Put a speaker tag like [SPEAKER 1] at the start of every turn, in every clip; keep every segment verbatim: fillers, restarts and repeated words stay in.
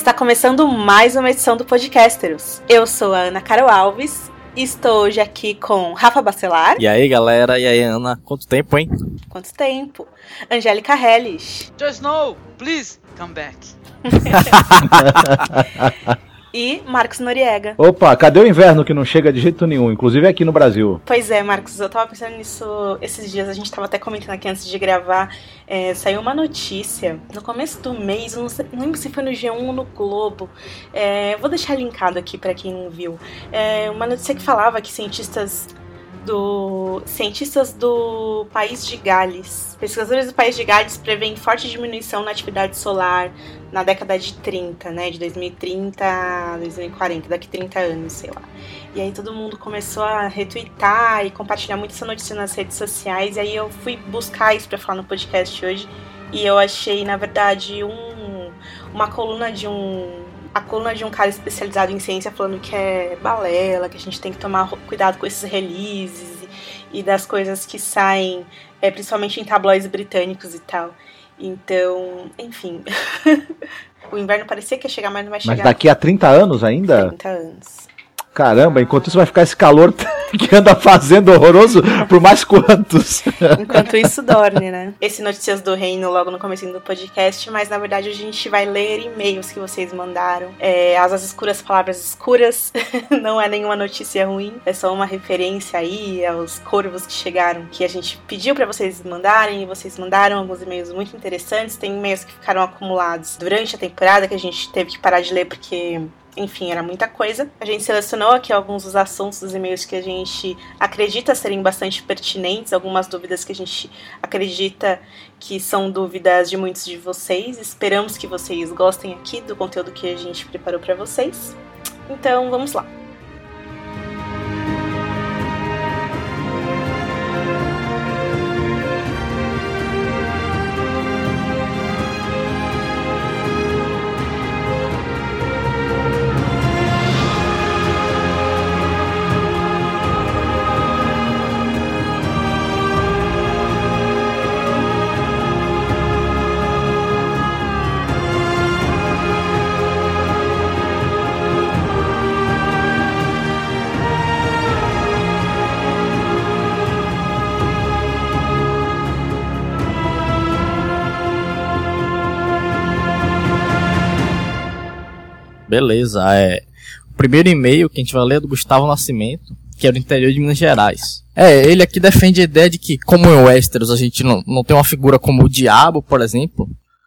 [SPEAKER 1] Está começando mais uma edição do Podcasteros. Eu sou a Ana Carol Alves, estou hoje aqui com Rafa Bacelar.
[SPEAKER 2] E aí, galera? E aí, Ana? Quanto tempo, hein?
[SPEAKER 1] Quanto tempo? Angélica Helles.
[SPEAKER 3] Just Snow, please come back.
[SPEAKER 1] E Marcos Noriega.
[SPEAKER 4] Opa, cadê o inverno que não chega de jeito nenhum, inclusive aqui no Brasil?
[SPEAKER 1] Pois é, Marcos, eu tava pensando nisso esses dias, a gente tava até comentando aqui antes de gravar, é, saiu uma notícia no começo do mês, não, sei, não lembro se foi no G um ou no Globo, é, vou deixar linkado aqui pra quem não viu, é, uma notícia que falava que cientistas do cientistas do país de Gales, pesquisadores do país de Gales preveem forte diminuição na atividade solar na década de trinta, né, de dois mil e trinta a dois mil e quarenta, daqui trinta anos, sei lá. E aí todo mundo começou a retweetar e compartilhar muito essa notícia nas redes sociais, e aí eu fui buscar isso pra falar no podcast hoje, e eu achei, na verdade, um, uma coluna de um a coluna de um cara especializado em ciência falando que é balela, que a gente tem que tomar cuidado com esses releases e, e das coisas que saem, é, principalmente em tabloides britânicos e tal. Então, enfim, o inverno parecia que ia chegar, mas não vai chegar.
[SPEAKER 4] Mas daqui a trinta anos ainda?
[SPEAKER 1] trinta anos.
[SPEAKER 4] Caramba, enquanto isso vai ficar esse calor que anda fazendo horroroso por mais quantos?
[SPEAKER 1] Enquanto isso dorme, né? Esse Notícias do Reino logo no comecinho do podcast, mas na verdade a gente vai ler e-mails que vocês mandaram. É, Asas Escuras, Palavras Escuras, não é nenhuma notícia ruim, é só uma referência aí aos corvos que chegaram, que a gente pediu pra vocês mandarem, e vocês mandaram alguns e-mails muito interessantes. Tem e-mails que ficaram acumulados durante a temporada, que a gente teve que parar de ler porque... enfim, era muita coisa. A gente selecionou aqui alguns dos assuntos dos e-mails que a gente acredita serem bastante pertinentes, algumas dúvidas que a gente acredita que são dúvidas de muitos de vocês. Esperamos que vocês gostem aqui do conteúdo que a gente preparou para vocês. Então, vamos lá.
[SPEAKER 2] Beleza, é... o primeiro e-mail que a gente vai ler é do Gustavo Nascimento, que é do interior de Minas Gerais. É, ele aqui defende a ideia de que, como em Westeros a gente não, não tem uma figura como o Diabo, por exemplo,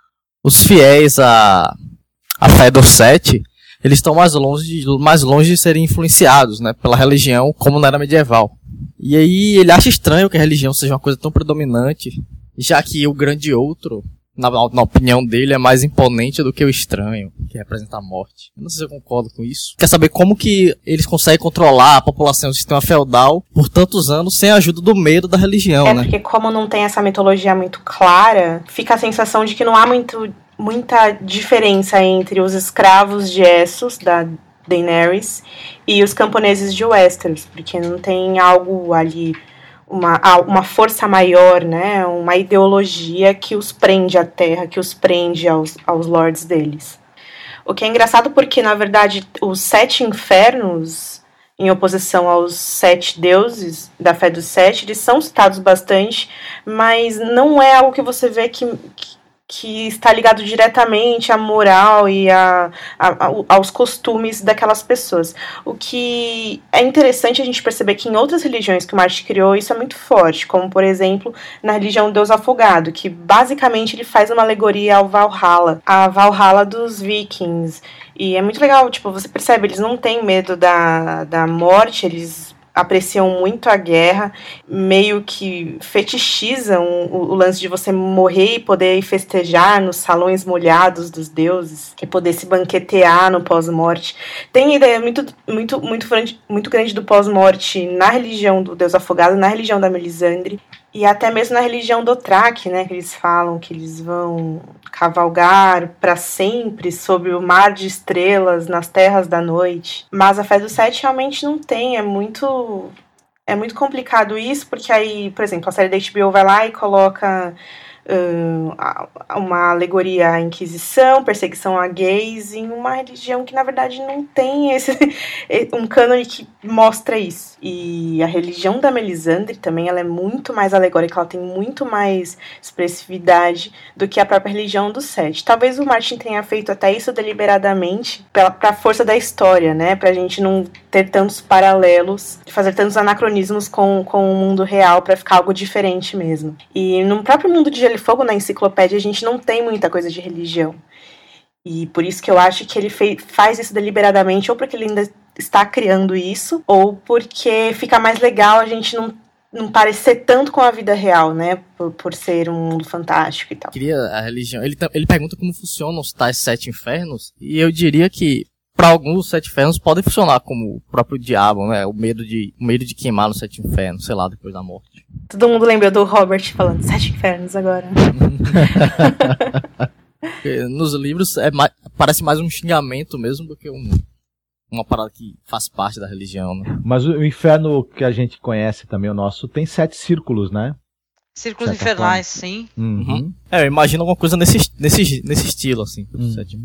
[SPEAKER 2] os fiéis à, à fé do Sete, eles estão mais longe, de, mais longe de serem influenciados, né, pela religião, como na era medieval. E aí ele acha estranho que a religião seja uma coisa tão predominante, já que o grande outro... Na, na opinião dele, é mais imponente do que o estranho, que representa a morte. Eu não sei se eu concordo com isso. Quer saber como que eles conseguem controlar a população do sistema feudal por tantos anos sem a ajuda do medo da religião,
[SPEAKER 1] é
[SPEAKER 2] né?
[SPEAKER 1] É porque como não tem essa mitologia muito clara, fica a sensação de que não há muito, muita diferença entre os escravos de Essos, da Daenerys, e os camponeses de Westeros, porque não tem algo ali... Uma, uma força maior, né? Uma ideologia que os prende à terra, que os prende aos, aos lords deles. O que é engraçado porque, na verdade, os sete infernos, em oposição aos sete deuses da fé dos sete, eles são citados bastante, mas não é algo que você vê que... que que está ligado diretamente à moral e a, a, a, aos costumes daquelas pessoas. O que é interessante a gente perceber que em outras religiões que o Martin criou, isso é muito forte, como, por exemplo, na religião do Deus Afogado, que basicamente ele faz uma alegoria ao Valhalla, a Valhalla dos vikings. E é muito legal, tipo, você percebe, eles não têm medo da, da morte, eles... apreciam muito a guerra, meio que fetichizam o, o lance de você morrer e poder festejar nos salões molhados dos deuses, e poder se banquetear no pós-morte. Tem ideia muito, muito, muito, muito grande do pós-morte na religião do Deus Afogado, na religião da Melisandre, e até mesmo na religião do Dothraki, né, que eles falam que eles vão cavalgar para sempre sobre o mar de estrelas nas terras da noite. Mas a fé dos sete realmente não tem, é muito, é muito complicado isso, porque aí, por exemplo, a série da H B O vai lá e coloca uh, uma alegoria à Inquisição, perseguição a gays, em uma religião que, na verdade, não tem esse, um cânone que mostra isso. E a religião da Melisandre também, ela é muito mais alegórica, ela tem muito mais expressividade do que a própria religião do Sete. Talvez o Martin tenha feito até isso deliberadamente para a força da história, né? Pra gente não ter tantos paralelos, fazer tantos anacronismos com, com o mundo real, para ficar algo diferente mesmo. E no próprio mundo de Gelo e Fogo, na enciclopédia, a gente não tem muita coisa de religião. E por isso que eu acho que ele fei, faz isso deliberadamente, ou porque ele ainda está criando isso, ou porque fica mais legal a gente não, não parecer tanto com a vida real, né? Por, por ser um mundo fantástico e tal.
[SPEAKER 2] Queria a religião. Ele, ele pergunta como funcionam os tais sete infernos, e eu diria que para alguns os sete infernos podem funcionar como o próprio diabo, né? O medo de, o medo de queimar no sete infernos, sei lá, depois da morte.
[SPEAKER 1] Todo mundo lembra do Robert falando sete infernos agora.
[SPEAKER 2] Nos livros é mais, parece mais um xingamento mesmo do que um, uma parada que faz parte da religião, né?
[SPEAKER 4] Mas o inferno que a gente conhece também, o nosso, tem sete círculos, né?
[SPEAKER 3] Círculos infernais, sim.
[SPEAKER 4] Uhum.
[SPEAKER 2] É, eu imagino alguma coisa nesse, nesse, nesse estilo, assim.
[SPEAKER 4] Uhum.
[SPEAKER 2] Sete.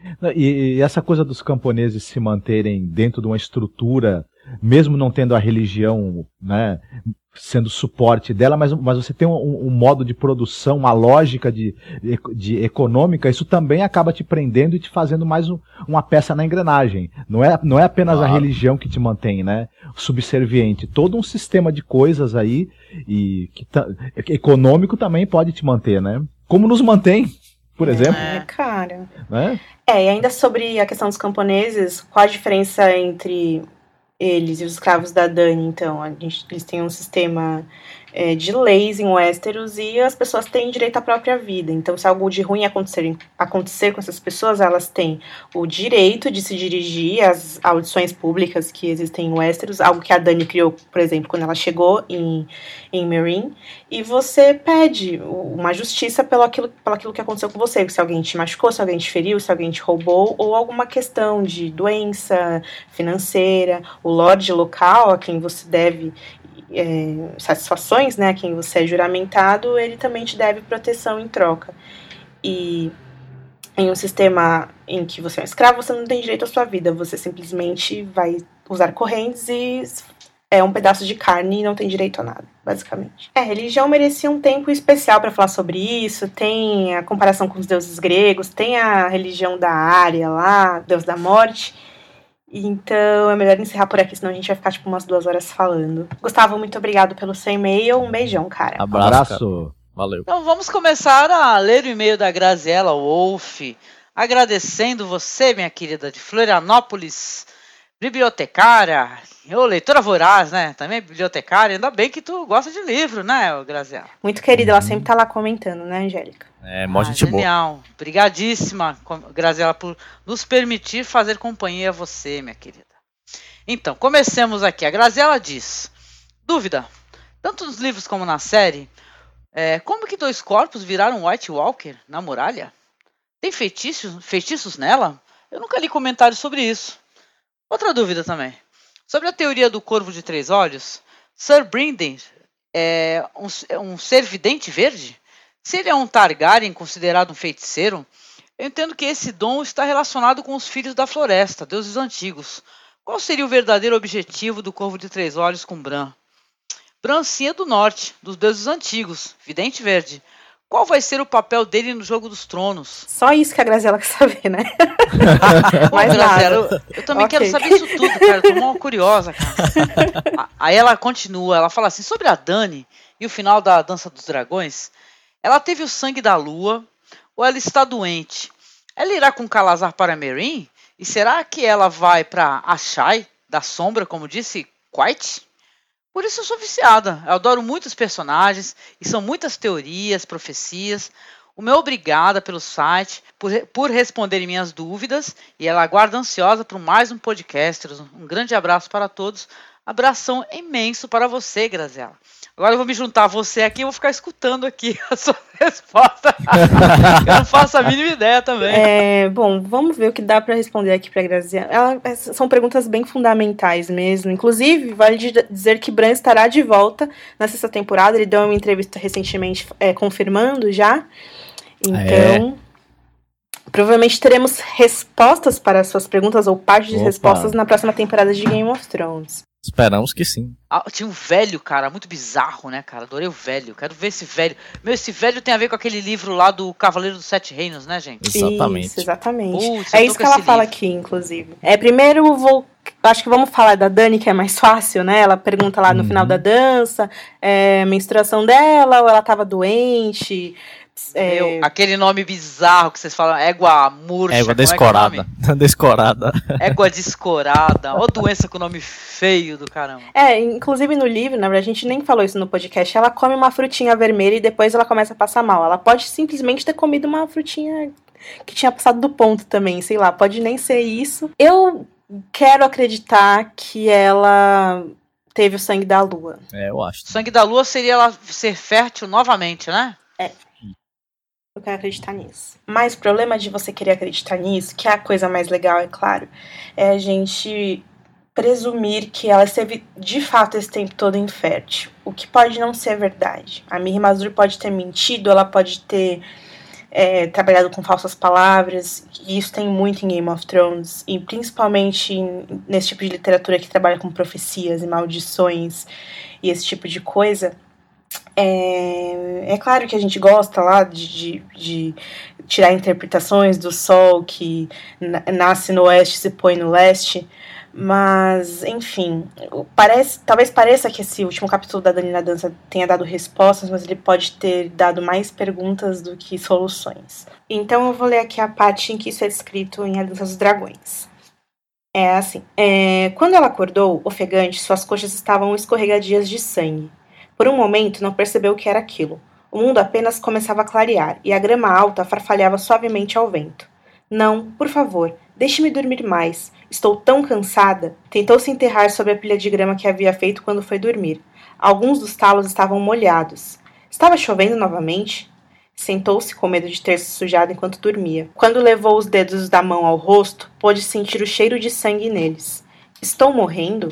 [SPEAKER 4] E, e essa coisa dos camponeses se manterem dentro de uma estrutura, mesmo não tendo a religião, né, sendo suporte dela, mas, mas você tem um, um modo de produção, uma lógica de, de econômica, isso também acaba te prendendo e te fazendo mais um, uma peça na engrenagem. Não é, não é apenas claro. A religião que te mantém, né, subserviente. Todo um sistema de coisas aí, e que ta, econômico também pode te manter, né? Como nos mantém, por exemplo.
[SPEAKER 1] É, cara.
[SPEAKER 4] Né?
[SPEAKER 1] É, e ainda sobre a questão dos camponeses, qual a diferença entre eles e os escravos da Dany, então? A gente, eles têm um sistema é, de leis em Westeros e as pessoas têm direito à própria vida. Então, se algo de ruim acontecer, acontecer com essas pessoas, elas têm o direito de se dirigir às audições públicas que existem em Westeros, algo que a Dany criou, por exemplo, quando ela chegou em, em Meereen, e você pede uma justiça pelo aquilo, pelo aquilo que aconteceu com você, se alguém te machucou, se alguém te feriu, se alguém te roubou, ou alguma questão de doença financeira, o lorde local a quem você deve É, satisfações, né, a quem você é juramentado, ele também te deve proteção em troca. E em um sistema em que você é um escravo, você não tem direito à sua vida, você simplesmente vai usar correntes e é um pedaço de carne e não tem direito a nada, basicamente. É, a religião merecia um tempo especial para falar sobre isso, tem a comparação com os deuses gregos, tem a religião da Ária lá, deus da morte. Então é melhor encerrar por aqui, senão a gente vai ficar tipo umas duas horas falando. Gustavo, muito obrigado pelo seu e-mail. Um beijão, cara.
[SPEAKER 2] Abraço. Abraço. Valeu.
[SPEAKER 3] Então vamos começar a ler o e-mail da Graziela Wolff. Agradecendo você, minha querida, de Florianópolis, bibliotecária, ô, leitora voraz, né? Também bibliotecária. Ainda bem que tu gosta de livro, né, Graziela?
[SPEAKER 1] Muito querida, ela sempre tá lá comentando, né, Angélica?
[SPEAKER 2] É, mó
[SPEAKER 3] ah,
[SPEAKER 2] gente boa.
[SPEAKER 3] Genial. Obrigadíssima, Graziela, por nos permitir fazer companhia a você, minha querida. Então, comecemos aqui. A Graziela diz: dúvida, tanto nos livros como na série, é, como que dois corpos viraram White Walker na muralha? Tem feitiços, feitiços nela? Eu nunca li comentários sobre isso. Outra dúvida também. Sobre a teoria do corvo de três olhos, Sir Brynden é um, é um ser vidente verde? Se ele é um Targaryen considerado um feiticeiro, eu entendo que esse dom está relacionado com os Filhos da Floresta, deuses antigos. Qual seria o verdadeiro objetivo do Corvo de Três Olhos com Bran? Bran sim é do norte, dos deuses antigos, vidente verde. Qual vai ser o papel dele no Jogo dos Tronos?
[SPEAKER 1] Só isso que a Graziela quer saber, né?
[SPEAKER 3] Pô, Mas Graziela, eu, eu também okay. quero saber isso tudo, cara. Eu tô mó curiosa, cara. Aí ela continua, ela fala assim, sobre a Dany e o final da Dança dos Dragões. Ela teve o sangue da lua, ou ela está doente? Ela irá com Calazar para Meereen? E será que ela vai para Ashai, da sombra, como disse Quite? Por isso eu sou viciada. Eu adoro muitos personagens, e são muitas teorias, profecias. O meu obrigada pelo site, por, por responderem minhas dúvidas, e ela aguarda ansiosa por mais um podcast. Um grande abraço para todos. Abração imenso para você, Graziela. Agora eu vou me juntar a você aqui e vou ficar escutando aqui a sua resposta. Eu não faço a mínima ideia também.
[SPEAKER 1] É, bom, vamos ver o que dá pra responder aqui pra Graziella. Ela, são perguntas bem fundamentais mesmo. Inclusive, vale dizer que Bran estará de volta na sexta temporada. Ele deu uma entrevista recentemente é, confirmando já. Então, é. provavelmente teremos respostas para as suas perguntas ou parte de Opa. respostas na próxima temporada de Game of Thrones.
[SPEAKER 2] Esperamos que sim.
[SPEAKER 3] Ah, tinha um velho, cara, muito bizarro, né, cara? Adorei o velho. Quero ver esse velho. Meu, esse velho tem a ver com aquele livro lá do Cavaleiro dos Sete Reinos, né, gente?
[SPEAKER 2] Exatamente.
[SPEAKER 1] Isso, exatamente.
[SPEAKER 3] Putz,
[SPEAKER 1] é isso que ela fala livro. aqui, inclusive. É, primeiro, vou, acho que vamos falar da Dany, que é mais fácil, né? Ela pergunta lá no uhum. final da dança, é, menstruação dela, ou ela tava doente...
[SPEAKER 3] É... Meu, aquele nome bizarro que vocês falam, égua murcha.
[SPEAKER 2] Égua descorada. É descorada.
[SPEAKER 3] Égua descorada. Ó, doença com nome feio do caramba.
[SPEAKER 1] É, inclusive no livro, na verdade, a gente nem falou isso no podcast. Ela come uma frutinha vermelha e depois ela começa a passar mal. Ela pode simplesmente ter comido uma frutinha que tinha passado do ponto também, sei lá, pode nem ser isso. Eu quero acreditar que ela teve o sangue da lua.
[SPEAKER 2] É, eu acho.
[SPEAKER 3] O sangue da lua seria ela ser fértil novamente, né?
[SPEAKER 1] É. Eu quero acreditar nisso. Mas o problema de você querer acreditar nisso, que é a coisa mais legal, é claro, é a gente presumir que ela esteve de fato esse tempo todo infértil. O que pode não ser verdade. A Mirri Mazur pode ter mentido, ela pode ter é, trabalhado com falsas palavras, e isso tem muito em Game of Thrones, e principalmente nesse tipo de literatura que trabalha com profecias e maldições e esse tipo de coisa. É, é claro que a gente gosta lá de, de, de tirar interpretações do sol que nasce no oeste e se põe no leste, mas, enfim, parece, talvez pareça que esse último capítulo da Dany na dança tenha dado respostas, mas ele pode ter dado mais perguntas do que soluções. Então eu vou ler aqui a parte em que isso é descrito em A Dança dos Dragões. É assim, é, quando ela acordou, ofegante, suas coxas estavam escorregadias de sangue. Por um momento, não percebeu o que era aquilo. O mundo apenas começava a clarear, e a grama alta farfalhava suavemente ao vento. Não, por favor, deixe-me dormir mais. Estou tão cansada. Tentou se enterrar sobre a pilha de grama que havia feito quando foi dormir. Alguns dos talos estavam molhados. Estava chovendo novamente? Sentou-se com medo de ter se sujado enquanto dormia. Quando levou os dedos da mão ao rosto, pôde sentir o cheiro de sangue neles. Estou morrendo?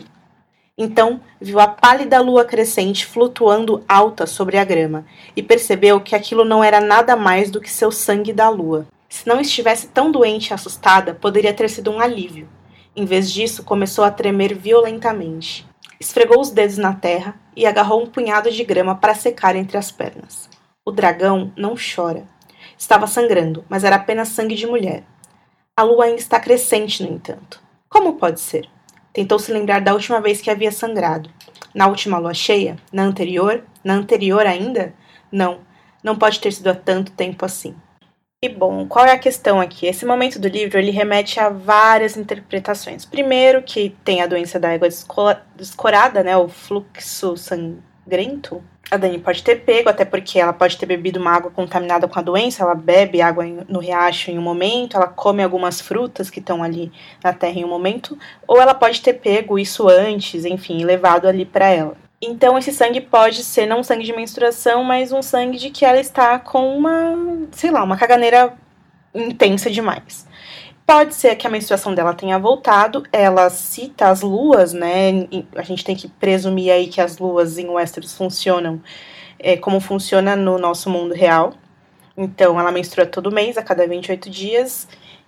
[SPEAKER 1] Então, viu a pálida lua crescente flutuando alta sobre a grama e percebeu que aquilo não era nada mais do que seu sangue da lua. Se não estivesse tão doente e assustada, poderia ter sido um alívio. Em vez disso, começou a tremer violentamente. Esfregou os dedos na terra e agarrou um punhado de grama para secar entre as pernas. O dragão não chora. Estava sangrando, mas era apenas sangue de mulher. A lua ainda está crescente, no entanto. Como pode ser? Tentou se lembrar da última vez que havia sangrado. Na última lua cheia? Na anterior? Na anterior ainda? Não, não pode ter sido há tanto tempo assim. E bom, qual é a questão aqui? Esse momento do livro, ele remete a várias interpretações. Primeiro, que tem a doença da égua descorada, né, o fluxo sangrento. A Dany pode ter pego, até porque ela pode ter bebido uma água contaminada com a doença, ela bebe água no riacho em um momento, ela come algumas frutas que estão ali na terra em um momento, ou ela pode ter pego isso antes, enfim, levado ali para ela. Então esse sangue pode ser não um sangue de menstruação, mas um sangue de que ela está com uma, sei lá, uma caganeira intensa demais. Pode ser que a menstruação dela tenha voltado, ela cita as luas, né, a gente tem que presumir aí que as luas em Westeros funcionam é, como funciona no nosso mundo real. Então ela menstrua todo mês, a cada vinte e oito dias,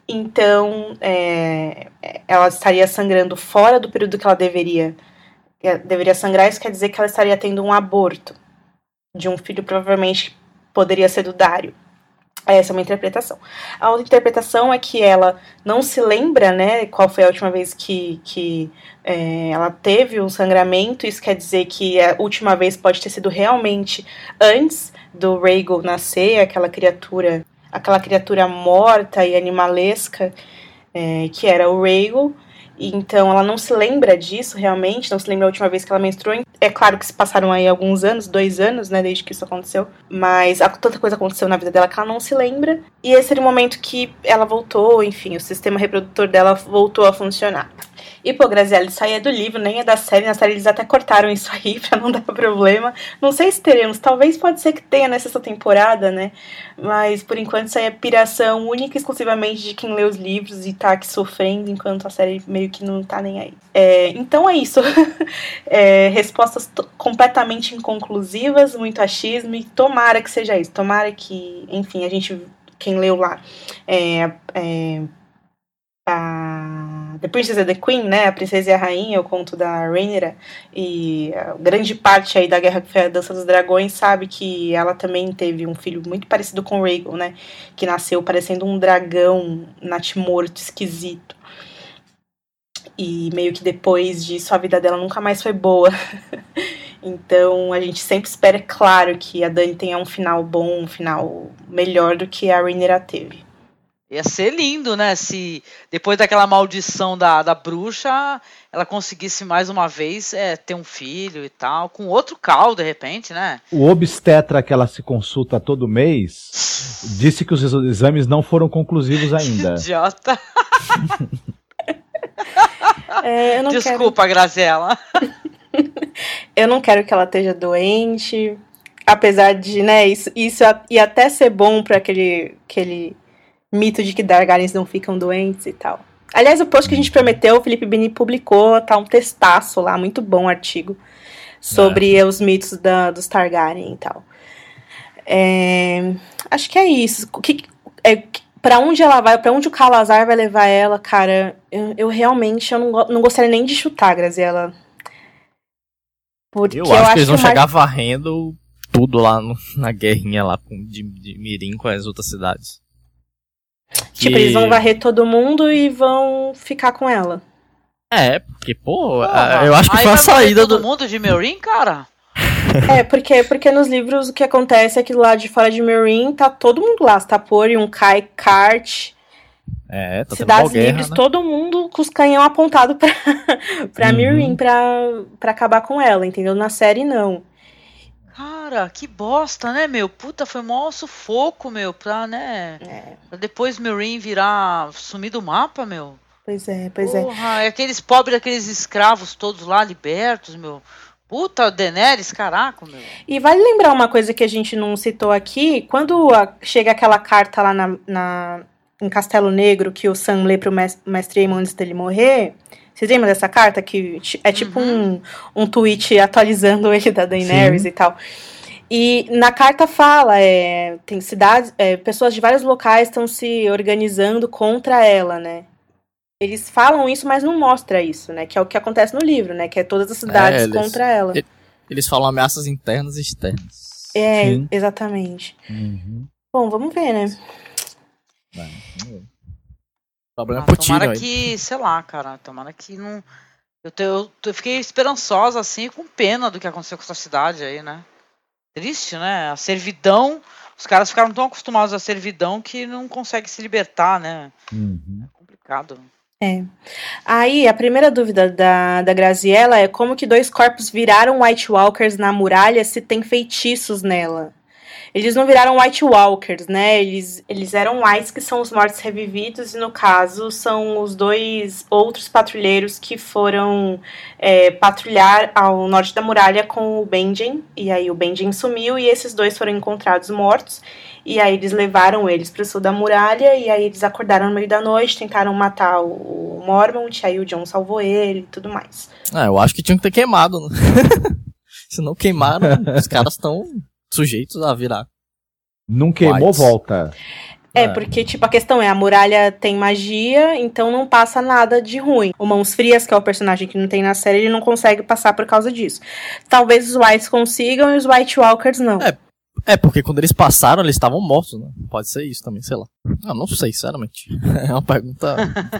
[SPEAKER 1] então é, ela estaria sangrando fora do período que ela deveria, deveria sangrar, isso quer dizer que ela estaria tendo um aborto de um filho, provavelmente poderia ser do Dário. Essa é uma interpretação. A outra interpretação é que ela não se lembra, né, qual foi a última vez que, que é, ela teve um sangramento. Isso quer dizer que a última vez pode ter sido realmente antes do Rhaegal nascer, aquela criatura, aquela criatura morta e animalesca é, que era o Rhaegal. Então ela não se lembra disso realmente, não se lembra a última vez que ela menstruou. É claro que se passaram aí alguns anos, dois anos, né, desde que isso aconteceu. Mas tanta coisa aconteceu na vida dela que ela não se lembra. E esse era o momento que ela voltou, enfim, o sistema reprodutor dela voltou a funcionar. E, pô, Graziella, isso aí é do livro, nem é da série. Na série eles até cortaram isso aí pra não dar problema. Não sei se teremos, talvez pode ser que tenha nessa temporada, né? Mas, por enquanto, isso aí é piração única e exclusivamente de quem lê os livros e tá aqui sofrendo, enquanto a série meio que não tá nem aí. É, então é isso. É, respostas t- completamente inconclusivas, muito achismo, e tomara que seja isso. Tomara que, enfim, a gente, quem leu lá, é... é a The Princess and the Queen, né, a Princesa e a Rainha, o conto da Rhaenyra, e a grande parte aí da Guerra que foi a Dança dos Dragões, sabe que ela também teve um filho muito parecido com o Rhaegal, né, que nasceu parecendo um dragão natimorto, esquisito. E meio que depois disso a vida dela nunca mais foi boa. Então a gente sempre espera, é claro, que a Dany tenha um final bom, um final melhor do que a Rhaenyra teve.
[SPEAKER 3] Ia ser lindo, né? Se depois daquela maldição da, da bruxa, ela conseguisse mais uma vez é, ter um filho e tal, com outro Khal, de repente, né?
[SPEAKER 4] O obstetra que ela se consulta todo mês disse que os exames não foram conclusivos ainda.
[SPEAKER 3] Idiota.
[SPEAKER 1] É, eu não
[SPEAKER 3] Desculpa,
[SPEAKER 1] quero...
[SPEAKER 3] Graziella.
[SPEAKER 1] Eu não quero que ela esteja doente, apesar de, né, isso, isso ia até ser bom para aquele... aquele... mito de que Targaryens não ficam doentes e tal. Aliás, o post que a gente prometeu, o Felipe Bini publicou, tá um textaço lá, muito bom artigo, sobre é. os mitos da, dos Targaryen e tal. É, acho que é isso. Que, é, pra onde ela vai, pra onde o Calazar vai levar ela, cara, eu, eu realmente eu não, não gostaria nem de chutar, Graziella. Porque
[SPEAKER 2] eu, acho
[SPEAKER 1] eu acho
[SPEAKER 2] que eles vão
[SPEAKER 1] que
[SPEAKER 2] chegar
[SPEAKER 1] mais...
[SPEAKER 2] varrendo tudo lá no, na guerrinha lá com, de, de Mirim com as outras cidades.
[SPEAKER 1] Tipo,
[SPEAKER 2] que...
[SPEAKER 1] eles vão varrer todo mundo e vão ficar com ela.
[SPEAKER 2] É, porque, pô,
[SPEAKER 3] Porra,
[SPEAKER 2] eu acho que
[SPEAKER 3] aí
[SPEAKER 2] foi a
[SPEAKER 3] vai
[SPEAKER 2] saída
[SPEAKER 3] todo
[SPEAKER 2] do
[SPEAKER 3] mundo de Meereen, cara?
[SPEAKER 1] É, porque, porque nos livros o que acontece é que lá de fora de Meereen tá todo mundo lá. Você tá por um Kai Cart,
[SPEAKER 2] é, tá
[SPEAKER 1] Cidades
[SPEAKER 2] guerra,
[SPEAKER 1] Livres,
[SPEAKER 2] né?
[SPEAKER 1] todo mundo com os canhão apontados pra, pra uhum. Meereen, pra, pra acabar com ela, entendeu? Na série, não.
[SPEAKER 3] Cara, que bosta, né, meu? Puta, foi mó sufoco, meu, pra, né? É. Pra depois Meereen virar, sumir do mapa, meu.
[SPEAKER 1] Pois é, pois
[SPEAKER 3] Porra,
[SPEAKER 1] é.
[SPEAKER 3] é aqueles pobres, aqueles escravos todos lá libertos, meu. Puta, Daenerys, caraca, meu.
[SPEAKER 1] E vale lembrar uma coisa que a gente não citou aqui, quando a, chega aquela carta lá na, na, em Castelo Negro, que o Sam lê pro Mestre Aemon antes dele morrer... Vocês lembram dessa carta? Que é tipo uhum. um, um tweet atualizando ele da Daenerys Sim. e tal. E na carta fala, é, tem cidades, é, pessoas de vários locais estão se organizando contra ela, né? Eles falam isso, mas não mostra isso, né? Que é o que acontece no livro, né? Que é todas as cidades é, eles, contra ela.
[SPEAKER 2] Eles falam ameaças internas e externas.
[SPEAKER 1] É, Sim. exatamente. Uhum. Bom, vamos ver, né?
[SPEAKER 2] Vai, vamos ver. O problema
[SPEAKER 3] ah,
[SPEAKER 2] é pro tiro,
[SPEAKER 3] tomara
[SPEAKER 2] aí.
[SPEAKER 3] que, sei lá, cara, tomara que não... Eu, te, eu, eu fiquei esperançosa, assim, com pena do que aconteceu com essa cidade aí, né? Triste, né? A servidão, os caras ficaram tão acostumados à servidão que não conseguem se libertar, né?
[SPEAKER 4] Uhum.
[SPEAKER 3] É complicado.
[SPEAKER 1] É. Aí, a primeira dúvida da, da Graziella é como que dois corpos viraram White Walkers na muralha se tem feitiços nela. Eles não viraram White Walkers, né? Eles, eles eram Whites, que são os mortos revividos, e no caso são os dois outros patrulheiros que foram é, patrulhar ao norte da muralha com o Benjen. E aí o Benjen sumiu e esses dois foram encontrados mortos. E aí eles levaram eles para o sul da muralha, e aí eles acordaram no meio da noite, tentaram matar o Mormont, aí o Jon salvou ele e tudo mais.
[SPEAKER 2] Ah, eu acho que tinham que ter queimado, né? Se não queimaram, os caras estão... sujeitos a virar.
[SPEAKER 4] Não queimou, Whites. Volta.
[SPEAKER 1] É, é, porque, tipo, a questão é, a muralha tem magia, então não passa nada de ruim. O Mãos Frias, que é o personagem que não tem na série, ele não consegue passar por causa disso. Talvez os Whites consigam e os White Walkers não.
[SPEAKER 2] É, é porque quando eles passaram, eles estavam mortos, né? Pode ser isso também, sei lá. Ah, não sei, sinceramente. É uma pergunta...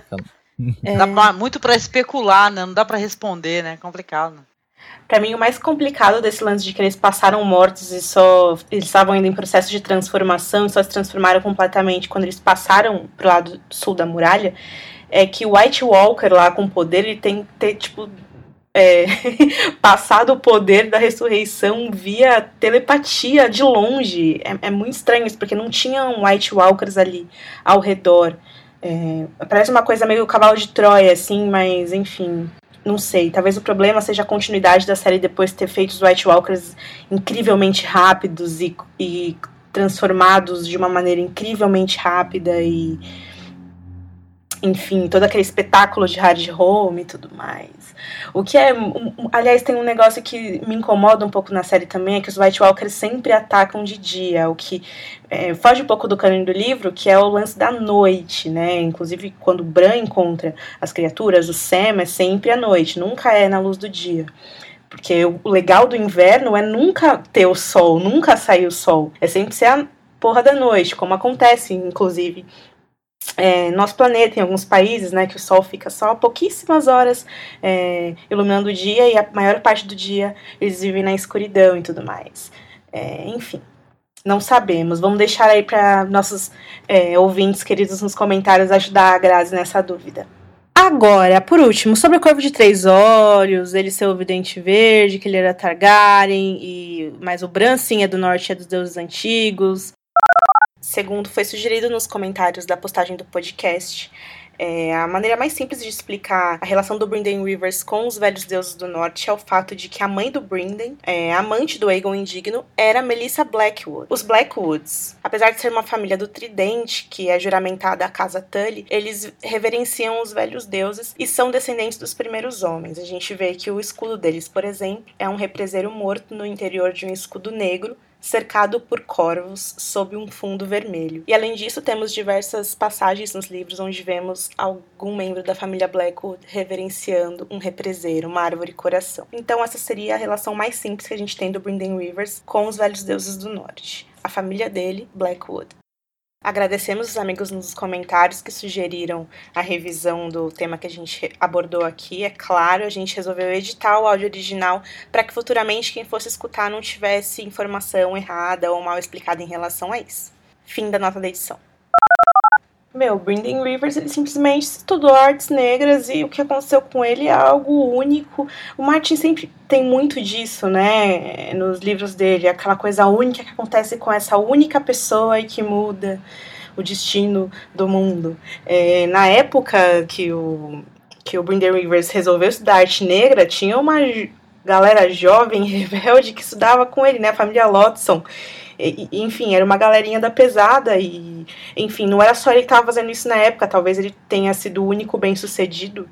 [SPEAKER 3] é... Dá pra, muito pra especular, né? Não dá pra responder, né? Complicado.
[SPEAKER 1] Pra mim, o mais complicado desse lance de que eles passaram mortos e só... Eles estavam ainda em processo de transformação e só se transformaram completamente quando eles passaram pro lado sul da muralha, é que o White Walker lá com poder, ele tem que ter, tipo... É, passado o poder da ressurreição via telepatia de longe. É, é muito estranho isso, porque não tinham White Walkers ali ao redor. É, parece uma coisa meio cavalo de Troia, assim, mas enfim, não sei. Talvez o problema seja a continuidade da série depois de ter feito os White Walkers incrivelmente rápidos e, e transformados de uma maneira incrivelmente rápida e... enfim, todo aquele espetáculo de hard home e tudo mais. O que é... Um, aliás, tem um negócio que me incomoda um pouco na série também, é que os White Walkers sempre atacam de dia, o que é, foge um pouco do cânone do livro, que é o lance da noite, né? Inclusive, quando o Bran encontra as criaturas, o Sam é sempre à noite, nunca é na luz do dia. Porque o legal do inverno é nunca ter o sol, nunca sair o sol. É sempre ser a porra da noite, como acontece, inclusive... É, nosso planeta, em alguns países, né, que o sol fica só pouquíssimas horas é, iluminando o dia e a maior parte do dia eles vivem na escuridão e tudo mais. É, enfim, não sabemos. Vamos deixar aí para nossos é, ouvintes queridos nos comentários ajudar a Grazi nessa dúvida. Agora, por último, sobre o Corvo de Três Olhos, ele ser o Vidente Verde, que ele era Targaryen, e mas o Bran sim é do norte, é dos deuses antigos. Segundo foi sugerido nos comentários da postagem do podcast, é, a maneira mais simples de explicar a relação do Brynden Rivers com os Velhos Deuses do Norte é o fato de que a mãe do Brynden, é, amante do Aegon Indigno, era Melissa Blackwood. Os Blackwoods, apesar de ser uma família do Tridente, que é juramentada à Casa Tully, eles reverenciam os Velhos Deuses e são descendentes dos primeiros homens. A gente vê que o escudo deles, por exemplo, é um represeiro morto no interior de um escudo negro, cercado por corvos sob um fundo vermelho. E além disso, temos diversas passagens nos livros onde vemos algum membro da família Blackwood reverenciando um represeiro, uma árvore coração. Então essa seria a relação mais simples que a gente tem do Brynden Rivers com os Velhos Deuses do Norte. A família dele, Blackwood. Agradecemos os amigos nos comentários que sugeriram a revisão do tema que a gente abordou aqui. É claro, a gente resolveu editar o áudio original para que futuramente quem fosse escutar não tivesse informação errada ou mal explicada em relação a isso. Fim da nota da edição. Meu, Brynden Rivers, ele simplesmente estudou artes negras e o que aconteceu com ele é algo único. O Martin sempre tem muito disso, né, nos livros dele, aquela coisa única que acontece com essa única pessoa e que muda o destino do mundo. É, na época que o, que o Brynden Rivers resolveu estudar arte negra, tinha uma galera jovem, rebelde, que estudava com ele, né, a família Lotson. E, enfim, era uma galerinha da pesada e, enfim, não era só ele que estava fazendo isso na época, talvez ele tenha sido o único bem-sucedido.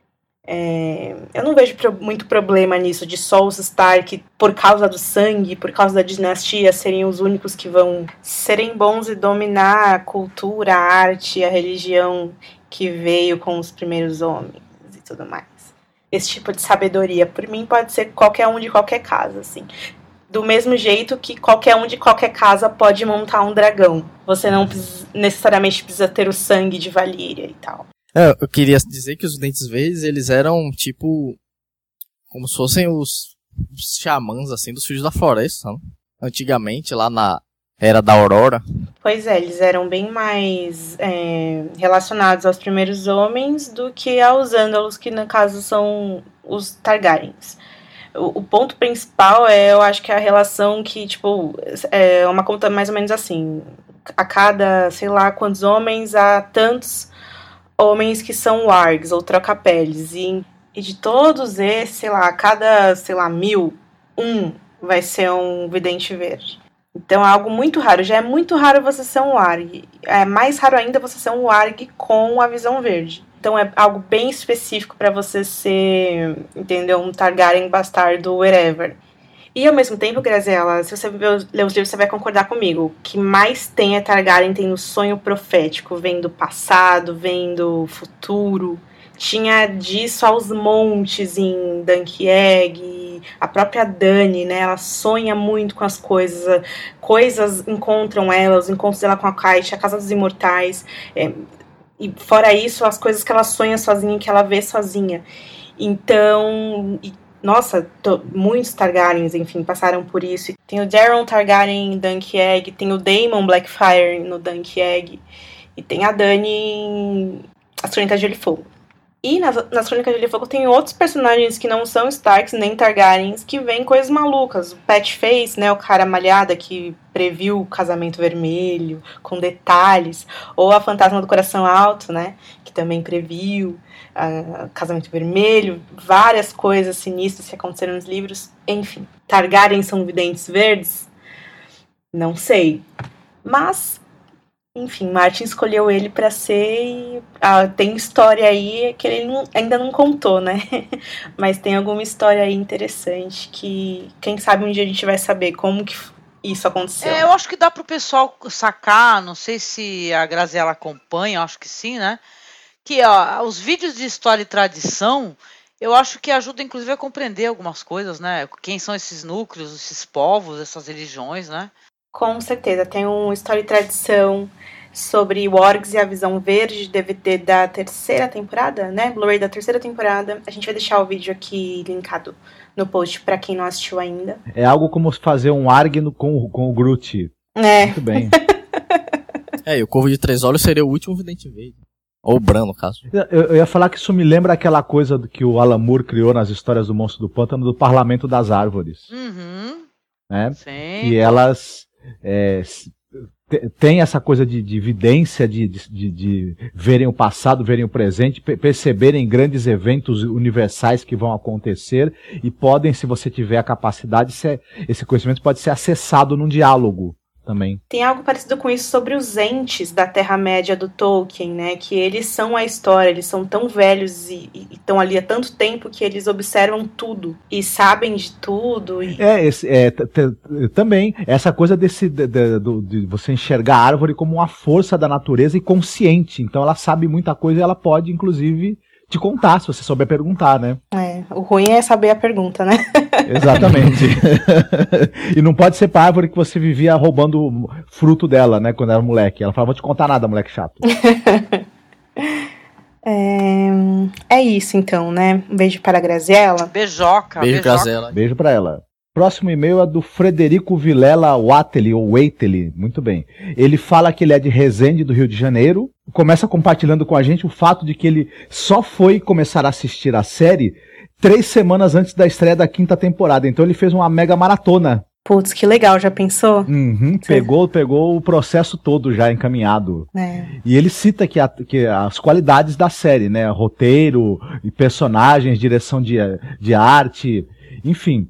[SPEAKER 1] É, eu não vejo pro, muito problema nisso, de só os Stark, por causa do sangue, por causa da dinastia, serem os únicos que vão serem bons e dominar a cultura, a arte, a religião que veio com os primeiros homens e tudo mais. Esse tipo de sabedoria, por mim, pode ser qualquer um de qualquer casa, assim. Do mesmo jeito que qualquer um de qualquer casa pode montar um dragão. Você não precisa, necessariamente precisa ter o sangue de Valíria e tal.
[SPEAKER 2] É, eu queria dizer que os Dentes Verdes, eles eram tipo como se fossem os, os xamãs assim dos Filhos da Floresta, né? Antigamente, lá na Era da Aurora.
[SPEAKER 1] Pois é, eles eram bem mais é, relacionados aos primeiros homens do que aos Ândalos, que no caso são os Targaryens. O ponto principal é, eu acho que é a relação que, tipo, é uma conta mais ou menos assim. A cada, sei lá, quantos homens, há tantos homens que são wargs, ou troca-peles. E, e de todos esses, sei lá, a cada, sei lá, mil, um vai ser um Vidente Verde. Então é algo muito raro. Já é muito raro você ser um warg. É mais raro ainda você ser um warg com a visão verde. Então é algo bem específico para você ser, entendeu, um Targaryen bastardo wherever. E ao mesmo tempo, Graziella, se você ler os livros, você vai concordar comigo. O que mais tem é Targaryen tem o sonho profético, vem do passado, vem do futuro. Tinha disso aos montes em Dunk-Egg. A própria Dany, né, ela sonha muito com as coisas. Coisas encontram ela, os encontros dela com a Caixa, a Casa dos Imortais. É, E fora isso, as coisas que ela sonha sozinha, que ela vê sozinha. Então, e, nossa, tô, muitos Targaryens, enfim, passaram por isso. Tem o Daeron Targaryen em Dunk-Egg, tem o Daemon Blackfyre no Dunk-Egg, e tem a Dany em As Crônicas de Gelo e Fogo. E nas, nas Crônicas de Gelo e Fogo tem outros personagens que não são Starks nem Targaryens que veem coisas malucas. O Pat Face, né, o cara malhada que previu o casamento vermelho, com detalhes. Ou a Fantasma do Coração Alto, né, que também previu o uh, casamento vermelho. Várias coisas sinistras que aconteceram nos livros. Enfim, Targaryens são videntes verdes? Não sei. Mas... enfim, Martin escolheu ele pra ser e, ah, tem história aí que ele não, ainda não contou, né? Mas tem alguma história aí interessante que, quem sabe um dia a gente vai saber como que isso aconteceu.
[SPEAKER 3] É, eu acho que dá pro pessoal sacar, não sei se a Graziella acompanha, eu acho que sim, né? Que ó, os vídeos de história e tradição, eu acho que ajudam inclusive a compreender algumas coisas, né? Quem são esses núcleos, esses povos, essas religiões, né?
[SPEAKER 1] Com certeza, tem um História e Tradição sobre Wargs e a Visão Verde, D V D da terceira temporada, né? Blu-ray da terceira temporada. A gente vai deixar o vídeo aqui linkado no post pra quem não assistiu ainda.
[SPEAKER 4] É algo como fazer um Arg no, com, com o Groot.
[SPEAKER 1] É.
[SPEAKER 4] Muito bem.
[SPEAKER 2] É, e o Corvo de Três Olhos seria o último Vidente Verde. Ou o Bran, no caso.
[SPEAKER 4] Eu, eu ia falar que isso me lembra aquela coisa do que o Alan Moore criou nas histórias do Monstro do Pântano, do Parlamento das Árvores.
[SPEAKER 3] Uhum.
[SPEAKER 4] Né?
[SPEAKER 3] Sim.
[SPEAKER 4] E elas... É, tem essa coisa de, de evidência, de, de, de verem o passado, verem o presente, perceberem grandes eventos universais que vão acontecer e podem, se você tiver a capacidade, ser, esse conhecimento pode ser acessado num diálogo também.
[SPEAKER 1] Tem algo parecido com isso sobre os entes da Terra-média do Tolkien, né? Que eles são a história, eles são tão velhos e estão ali há tanto tempo que eles observam tudo e sabem de tudo. E...
[SPEAKER 4] É, esse, é t- t- também, essa coisa desse, de, de, de, de você enxergar a árvore como uma força da natureza e consciente. Então ela sabe muita coisa e ela pode, inclusive, te contar, se você souber perguntar, né?
[SPEAKER 1] É, o ruim é saber a pergunta, né?
[SPEAKER 4] Exatamente. E não pode ser pra árvore que você vivia roubando fruto dela, né, quando era moleque. Ela fala, vou te contar nada, moleque chato.
[SPEAKER 1] é, é isso, então, né? Um beijo para a Graziella.
[SPEAKER 3] Beijoca.
[SPEAKER 2] Beijo,
[SPEAKER 3] beijoca.
[SPEAKER 2] Graziella.
[SPEAKER 4] Beijo pra ela. Próximo e-mail é do Frederico Vilela Watelli, ou Waiteley, muito bem. Ele fala que ele é de Resende, do Rio de Janeiro. Começa compartilhando com a gente o fato de que ele só foi começar a assistir a série três semanas antes da estreia da quinta temporada. Então ele fez uma mega maratona.
[SPEAKER 1] Putz, que legal, já pensou?
[SPEAKER 4] Uhum, pegou, pegou o processo todo já encaminhado.
[SPEAKER 1] É.
[SPEAKER 4] E ele cita que, a, que as qualidades da série, né? Roteiro, personagens, direção de, de arte, enfim.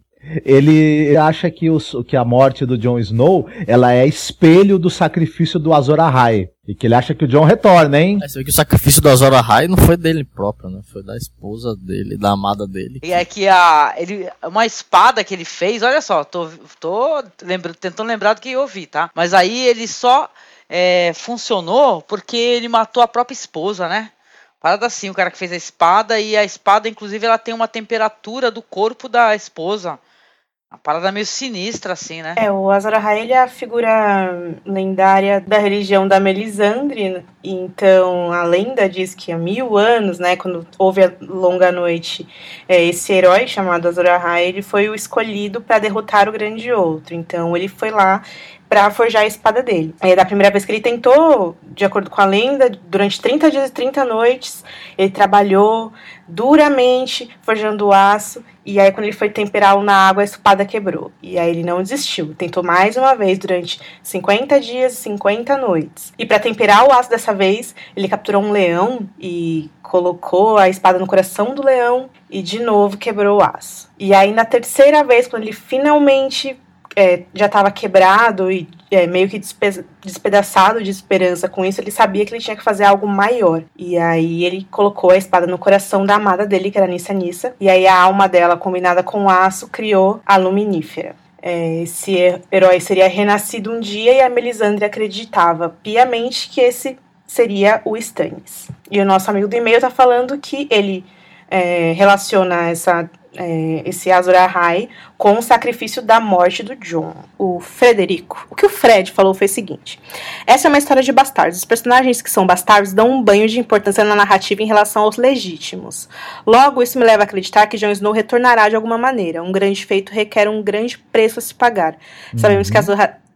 [SPEAKER 4] Ele acha que, os, que a morte do Jon Snow, ela é espelho do sacrifício do Azor Ahai. E que ele acha que o Jon retorna, hein?
[SPEAKER 2] É, você vê que o sacrifício do Azor Ahai não foi dele próprio, né? Foi da esposa dele, da amada dele.
[SPEAKER 3] E é que a, ele, uma espada que ele fez, olha só, tô, tô lembra, tentando lembrar do que eu ouvi, tá? Mas aí ele só é, funcionou porque ele matou a própria esposa, né? Parada assim, o cara que fez a espada, e a espada, inclusive, ela tem uma temperatura do corpo da esposa. Uma parada meio sinistra, assim, né?
[SPEAKER 1] É, o Azor Ahai, ele é a figura lendária da religião da Melisandre. Então, a lenda diz que há mil anos, né, quando houve a Longa Noite, é, esse herói chamado Azor Ahai, ele foi o escolhido para derrotar o Grande Outro. Então, ele foi lá para forjar a espada dele. É, da primeira vez que ele tentou, de acordo com a lenda, durante trinta dias e trinta noites, ele trabalhou duramente forjando o aço, e aí quando ele foi temperá-lo na água, a espada quebrou. E aí ele não desistiu, tentou mais uma vez durante cinquenta dias e cinquenta noites. E para temperar o aço dessa vez, ele capturou um leão e colocou a espada no coração do leão e de novo quebrou o aço. E aí na terceira vez, quando ele finalmente É, já estava quebrado e é, meio que despe- despedaçado de esperança com isso, ele sabia que ele tinha que fazer algo maior. E aí ele colocou a espada no coração da amada dele, que era Nissa Nissa, e aí a alma dela, combinada com o aço, criou a Luminífera. É, esse herói seria renascido um dia, e a Melisandre acreditava piamente que esse seria o Stannis. E o nosso amigo do e-mail está falando que ele é, relaciona essa... É, esse Azor Ahai com o sacrifício da morte do Jon. O Frederico, o que o Fred falou foi o seguinte: essa é uma história de bastardos. Os personagens que são bastardos dão um banho de importância na narrativa em relação aos legítimos. Logo, isso me leva a acreditar que Jon Snow retornará de alguma maneira. Um grande feito requer um grande preço a se pagar. Uhum. Sabemos que Azor,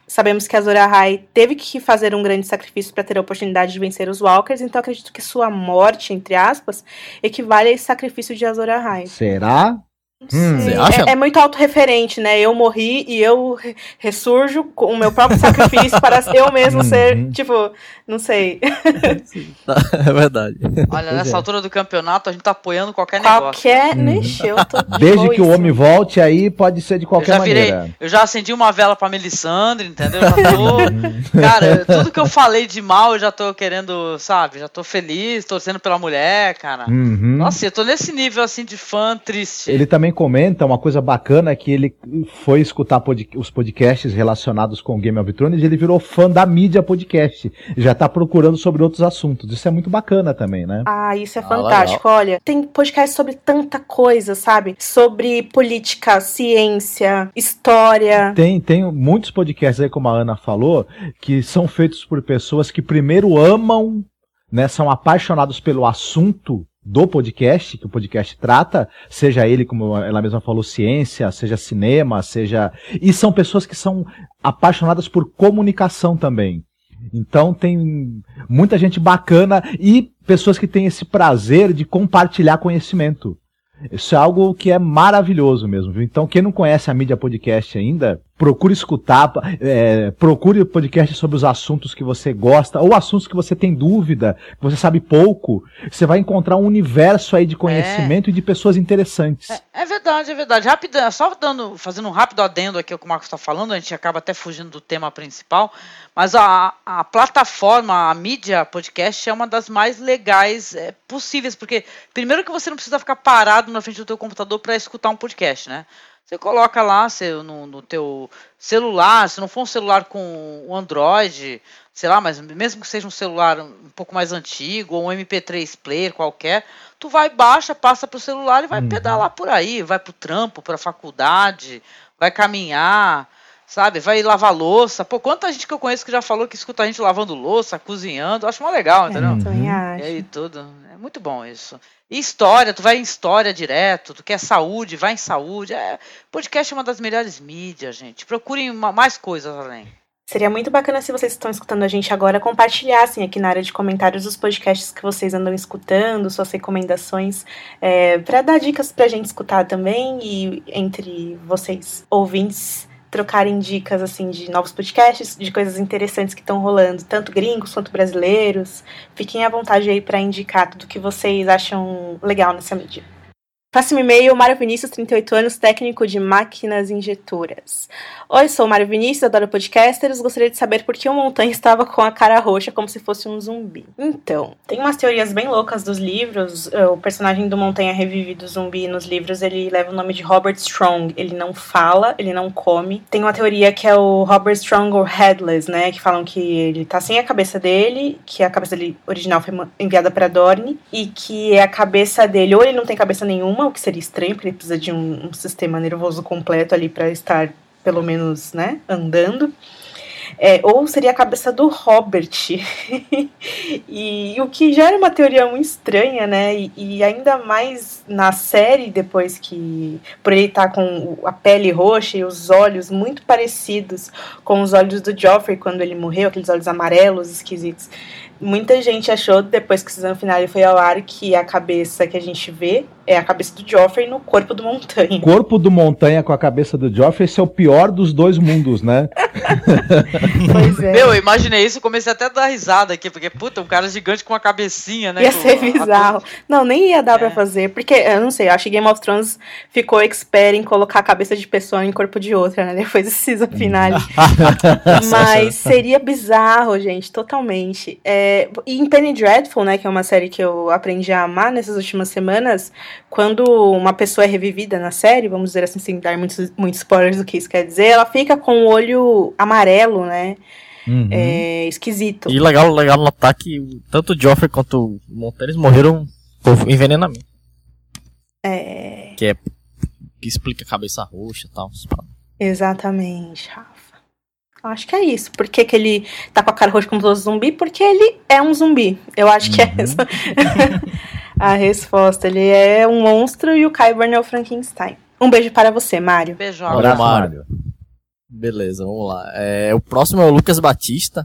[SPEAKER 1] sabemos que a Azor Ahai teve que fazer um grande sacrifício para ter a oportunidade de vencer os Walkers, então acredito que sua morte, entre aspas, equivale a esse sacrifício de Azor Ahai.
[SPEAKER 4] Será?
[SPEAKER 2] Hum, você acha?
[SPEAKER 1] É, é muito autorreferente, né? Eu morri e eu ressurjo com o meu próprio sacrifício para eu mesmo ser, tipo, não sei.
[SPEAKER 2] É verdade.
[SPEAKER 3] Olha, nessa
[SPEAKER 4] é.
[SPEAKER 3] altura do campeonato, a gente tá apoiando qualquer, negócio.
[SPEAKER 1] Qualquer. Nexi, eu tô
[SPEAKER 4] Desde que o
[SPEAKER 1] boíssima.
[SPEAKER 4] homem volte, aí pode ser de
[SPEAKER 3] Eu
[SPEAKER 4] qualquer
[SPEAKER 3] já virei,
[SPEAKER 4] maneira.
[SPEAKER 3] eu já acendi uma vela pra Melisandre, entendeu? Eu já tô, cara, tudo que eu falei de mal, eu já tô querendo, sabe? Já tô feliz, torcendo pela mulher, cara.
[SPEAKER 4] Uhum.
[SPEAKER 3] Nossa, eu tô nesse nível, assim, de fã triste.
[SPEAKER 4] Ele também comenta uma coisa bacana, que ele foi escutar pod- os podcasts relacionados com Game of Thrones e ele virou fã da mídia podcast. Já tá procurando sobre outros assuntos. Isso é muito bacana também, né?
[SPEAKER 1] Ah, isso é
[SPEAKER 2] Ah,
[SPEAKER 1] fantástico. Olha, tem podcast sobre tanta coisa, sabe? Sobre política, ciência, história.
[SPEAKER 4] Tem, tem muitos podcasts aí, como a Ana falou, que são feitos por pessoas que primeiro amam, né, são apaixonados pelo assunto do podcast, que o podcast trata, seja ele, como ela mesma falou, ciência, seja cinema, seja... E são pessoas que são apaixonadas por comunicação também. Então tem muita gente bacana e pessoas que têm esse prazer de compartilhar conhecimento. Isso é algo que é maravilhoso mesmo, viu? Então quem não conhece a mídia podcast ainda, procure escutar, é, procure podcast sobre os assuntos que você gosta, ou assuntos que você tem dúvida, que você sabe pouco. Você vai encontrar um universo aí de conhecimento é. e de pessoas interessantes.
[SPEAKER 3] É, é verdade, é verdade. Rápido, só dando, fazendo um rápido adendo aqui ao que o Marcos está falando, a gente acaba até fugindo do tema principal, mas a, a plataforma, a mídia podcast é uma das mais legais é, possíveis, porque primeiro que você não precisa ficar parado na frente do teu computador para escutar um podcast, né? Você coloca lá seu, no, no teu celular, se não for um celular com o Android, sei lá, mas mesmo que seja um celular um pouco mais antigo, ou um M P três player qualquer, tu vai, baixa, passa pro celular e vai uhum. pedalar por aí, vai pro trampo, pra faculdade, vai caminhar, sabe, vai lavar louça. Pô, quanta gente que eu conheço que já falou que escuta a gente lavando louça, cozinhando, acho mó legal, entendeu?
[SPEAKER 1] Eu também acho.
[SPEAKER 3] E aí tudo, é muito bom isso. E história, tu vai em história direto, tu quer saúde, vai em saúde. É, podcast é uma das melhores mídias, gente. Procurem uma, mais coisas além.
[SPEAKER 1] Seria muito bacana se vocês que estão escutando a gente agora compartilhassem aqui na área de comentários os podcasts que vocês andam escutando, suas recomendações, é, para dar dicas pra gente escutar também e entre vocês ouvintes trocarem dicas assim de novos podcasts, de coisas interessantes que estão rolando, tanto gringos quanto brasileiros. Fiquem à vontade aí para indicar tudo que vocês acham legal nessa mídia. Próximo e-mail, Mário Vinícius, trinta e oito anos, técnico de máquinas injetoras. Oi, sou o Mário Vinícius, adoro podcasters. Gostaria de saber por que o Montanha estava com a cara roxa como se fosse um zumbi. Então, tem umas teorias bem loucas dos livros. O personagem do Montanha revivido zumbi nos livros, ele leva o nome de Robert Strong. Ele não fala, ele não come. Tem uma teoria que é o Robert Strong or Headless, né? Que falam que ele tá sem a cabeça dele, que a cabeça dele original foi enviada pra Dorne, e que a cabeça dele, ou ele não tem cabeça nenhuma, o que seria estranho, porque ele precisa de um, um sistema nervoso completo ali para estar, pelo menos, né, andando. É, ou seria a cabeça do Robert. E o que já era uma teoria muito estranha, né? E, e ainda mais na série, depois que... Por ele estar com a pele roxa e os olhos muito parecidos com os olhos do Joffrey quando ele morreu, aqueles olhos amarelos, esquisitos. Muita gente achou, depois que o season final foi ao ar, que a cabeça que a gente vê é a cabeça do Joffrey no corpo do Montanha.
[SPEAKER 4] O corpo do Montanha com a cabeça do Joffrey, esse é o pior dos dois mundos, né?
[SPEAKER 1] Pois é.
[SPEAKER 3] Meu, eu imaginei isso e comecei até a dar risada aqui, porque, puta, um cara gigante com uma cabecinha, né?
[SPEAKER 1] Ia
[SPEAKER 3] com
[SPEAKER 1] ser
[SPEAKER 3] a,
[SPEAKER 1] bizarro. A... Não, nem ia dar é. pra fazer, porque, eu não sei, eu acho que Game of Thrones ficou expert em colocar a cabeça de pessoa em corpo de outra, né? Depois do season final. Mas seria bizarro, gente, totalmente. É, e em Penny Dreadful, né, que é uma série que eu aprendi a amar nessas últimas semanas, quando uma pessoa é revivida na série, vamos dizer assim, sem dar muitos, muitos spoilers do que isso quer dizer, ela fica com o olho amarelo, né? Uhum. É, esquisito.
[SPEAKER 2] E legal, legal notar que tanto o Joffrey quanto o Montanha morreram por envenenamento.
[SPEAKER 1] É...
[SPEAKER 2] Que é que explica a cabeça roxa e tal.
[SPEAKER 1] Exatamente, Rafa. Acho que é isso. Por que, que ele tá com a cara roxa como todo zumbi? Porque ele é um zumbi. Eu acho uhum. que é essa a resposta. Ele é um monstro e o Qyburn é o Frankenstein. Um beijo para você, Mário.
[SPEAKER 3] Beijo,
[SPEAKER 4] um abraço, Mário.
[SPEAKER 2] Beleza, vamos lá. É, o próximo é o Lucas Batista.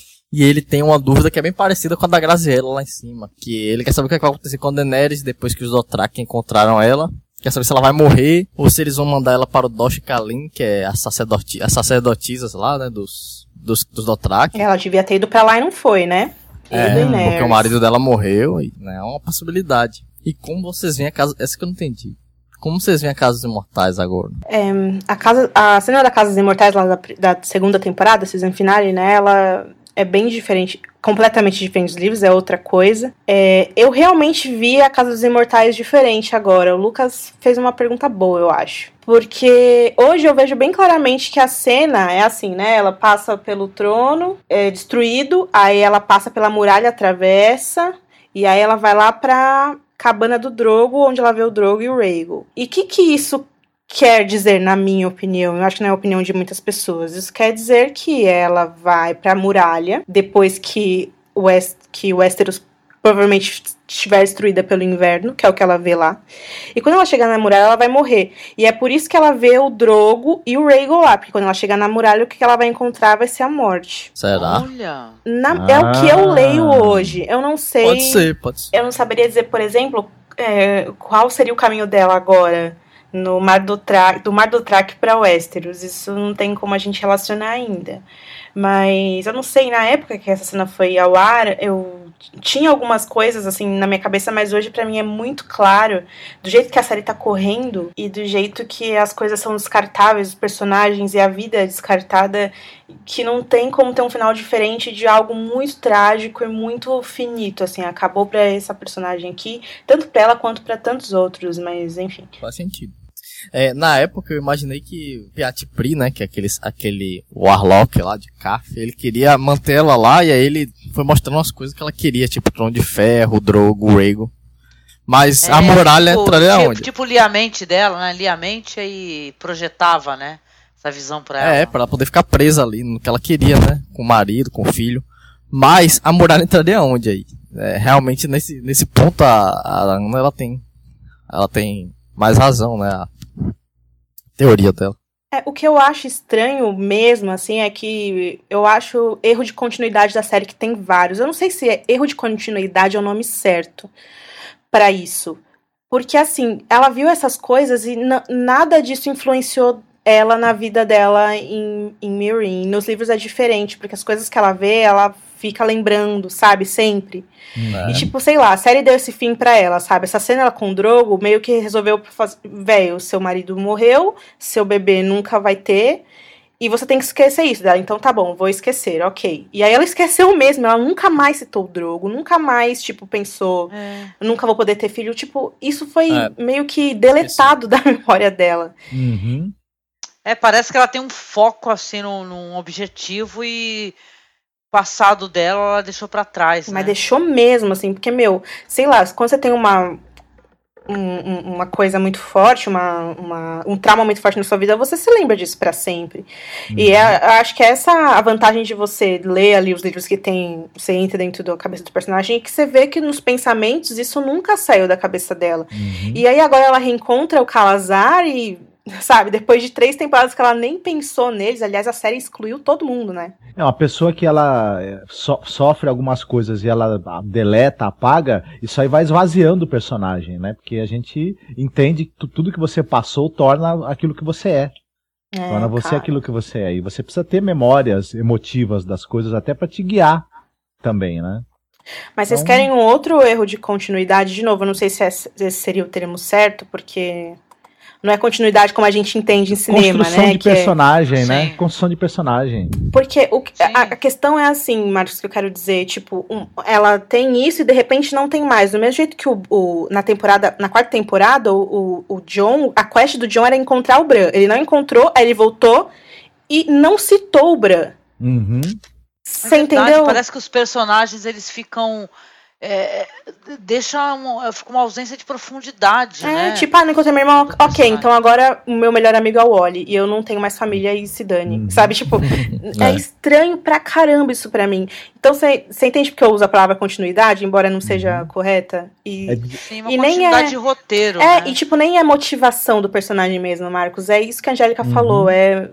[SPEAKER 2] E ele tem uma dúvida que é bem parecida com a da Graziella lá em cima. Que ele quer saber o que vai acontecer com a Daenerys depois que os Dothraki encontraram ela. Quer saber se ela vai morrer ou se eles vão mandar ela para o Dosh Khalin, que é a, sacerdoti a sacerdotisa lá, né, dos, dos, dos Dothraki.
[SPEAKER 1] Ela devia ter ido pra lá e não foi, né?
[SPEAKER 2] É, porque o marido dela morreu, e, né, é uma possibilidade. E como vocês veem a casa... Essa que eu não entendi. Como vocês veem a Casa dos Imortais agora?
[SPEAKER 1] É, a, casa, a cena da Casa dos Imortais lá da, da segunda temporada, season finale, né, ela... é bem diferente, completamente diferente dos livros, é outra coisa. É, eu realmente vi a Casa dos Imortais diferente agora. O Lucas fez uma pergunta boa, eu acho. Porque hoje eu vejo bem claramente que a cena é assim, né? Ela passa pelo trono, é destruído, aí ela passa pela muralha, atravessa, e aí ela vai lá pra cabana do Drogo, onde ela vê o Drogo e o Rhaegal. E o que que isso quer dizer, na minha opinião? Eu acho que não é a opinião de muitas pessoas. Isso quer dizer que ela vai pra muralha, depois que o, West, que o Westeros provavelmente estiver destruída pelo inverno, que é o que ela vê lá. E quando ela chegar na muralha, ela vai morrer. E é por isso que ela vê o Drogo e o Rhaegal lá, porque quando ela chegar na muralha, o que ela vai encontrar vai ser a morte.
[SPEAKER 2] Será?
[SPEAKER 3] Olha!
[SPEAKER 1] Na, ah. É o que eu leio hoje. Eu não sei...
[SPEAKER 2] Pode ser, pode ser.
[SPEAKER 1] Eu não saberia dizer, por exemplo, é, qual seria o caminho dela agora no Mar do Tra- do Mar do Traque para Westeros. Isso não tem como a gente relacionar ainda. Mas eu não sei, na época que essa cena foi ao ar, eu tinha algumas coisas assim na minha cabeça, mas hoje pra mim é muito claro, do jeito que a série tá correndo e do jeito que as coisas são descartáveis, os personagens e a vida é descartada, que não tem como ter um final diferente de algo muito trágico e muito finito, assim, acabou pra essa personagem aqui, tanto pra ela quanto pra tantos outros, mas enfim.
[SPEAKER 2] Faz sentido. É, na época eu imaginei que o Pyat Pri, né, que é aquele, aquele Warlock lá de Caf, ele queria manter ela lá e aí ele foi mostrando umas coisas que ela queria, tipo Trono de Ferro, Drogo, Rhaegal. Mas é, a muralha
[SPEAKER 3] tipo,
[SPEAKER 2] entraria
[SPEAKER 3] tipo,
[SPEAKER 2] onde?
[SPEAKER 3] Tipo lia a mente dela, né, lia a mente e projetava, né, essa visão pra ela.
[SPEAKER 2] É, pra ela poder ficar presa ali no que ela queria, né, com o marido, com o filho. Mas a muralha entraria onde aí? É, realmente nesse, nesse ponto a, a Ana, ela tem, ela tem mais razão, né, a teoria dela.
[SPEAKER 1] É, o que eu acho estranho mesmo, assim, é que eu acho erro de continuidade da série, que tem vários. Eu não sei se é erro de continuidade é o nome certo pra isso. Porque, assim, ela viu essas coisas e n- nada disso influenciou ela na vida dela em, em Meereen. Nos livros é diferente, porque as coisas que ela vê, ela fica lembrando, sabe, sempre. É. E tipo, sei lá, a série deu esse fim pra ela, sabe? Essa cena ela com o Drogo meio que resolveu fazer, velho, seu marido morreu, seu bebê nunca vai ter, e você tem que esquecer isso dela. Então tá bom, vou esquecer, ok. E aí ela esqueceu mesmo, ela nunca mais citou o Drogo, nunca mais, tipo, pensou, é. nunca vou poder ter filho. Tipo, isso foi é. meio que deletado da memória dela.
[SPEAKER 4] Uhum.
[SPEAKER 3] É, parece que ela tem um foco, assim, num, num objetivo e passado dela ela deixou pra trás,
[SPEAKER 1] Mas
[SPEAKER 3] né?
[SPEAKER 1] deixou mesmo, assim, porque, meu, sei lá, quando você tem uma um, uma coisa muito forte, uma, uma, um trauma muito forte na sua vida, você se lembra disso pra sempre. Uhum. E é, eu acho que essa é a vantagem de você ler ali os livros que tem, você entra dentro da cabeça do personagem, e que você vê que nos pensamentos isso nunca saiu da cabeça dela. Uhum. E aí agora ela reencontra o Calazar e, sabe, depois de três temporadas que ela nem pensou neles, aliás, a série excluiu todo mundo, né?
[SPEAKER 4] É uma pessoa que ela so, sofre algumas coisas e ela deleta, apaga, isso aí vai esvaziando o personagem, né? Porque a gente entende que tudo que você passou torna aquilo que você é. é torna você cara. aquilo que você é. E você precisa ter memórias emotivas das coisas até pra te guiar também, né?
[SPEAKER 1] Mas vocês então... querem um outro erro de continuidade? De novo, eu não sei se esse seria o termo certo, porque... não é continuidade como a gente entende em cinema,
[SPEAKER 4] Construção
[SPEAKER 1] né?
[SPEAKER 4] de
[SPEAKER 1] que
[SPEAKER 4] personagem,
[SPEAKER 1] é...
[SPEAKER 4] né? Sim. Construção de personagem.
[SPEAKER 1] Porque o, a, a questão é assim, Marcos, que eu quero dizer, tipo, um, ela tem isso e de repente não tem mais. Do mesmo jeito que o, o, na temporada, na quarta temporada, o, o, o Jon, a quest do Jon era encontrar o Bran. Ele não encontrou, aí ele voltou e não citou o Bran.
[SPEAKER 4] Uhum.
[SPEAKER 1] Você
[SPEAKER 3] é verdade,
[SPEAKER 1] entendeu?
[SPEAKER 3] Parece que os personagens, eles ficam... É, deixa uma, fica uma ausência de profundidade,
[SPEAKER 1] é,
[SPEAKER 3] né?
[SPEAKER 1] Tipo, ah, não encontrei meu irmão, ok, personagem. Então agora o meu melhor amigo é o Wally e eu não tenho mais família e se dane, hum. sabe? Tipo, é. é estranho pra caramba isso pra mim. Então você entende porque eu uso a palavra continuidade, embora não seja hum. correta? E,
[SPEAKER 3] é de... Sim, uma
[SPEAKER 1] e
[SPEAKER 3] continuidade
[SPEAKER 1] nem é,
[SPEAKER 3] de roteiro,
[SPEAKER 1] É,
[SPEAKER 3] né?
[SPEAKER 1] e tipo, nem é motivação do personagem mesmo, Marcos, é isso que a Angélica hum. falou, é...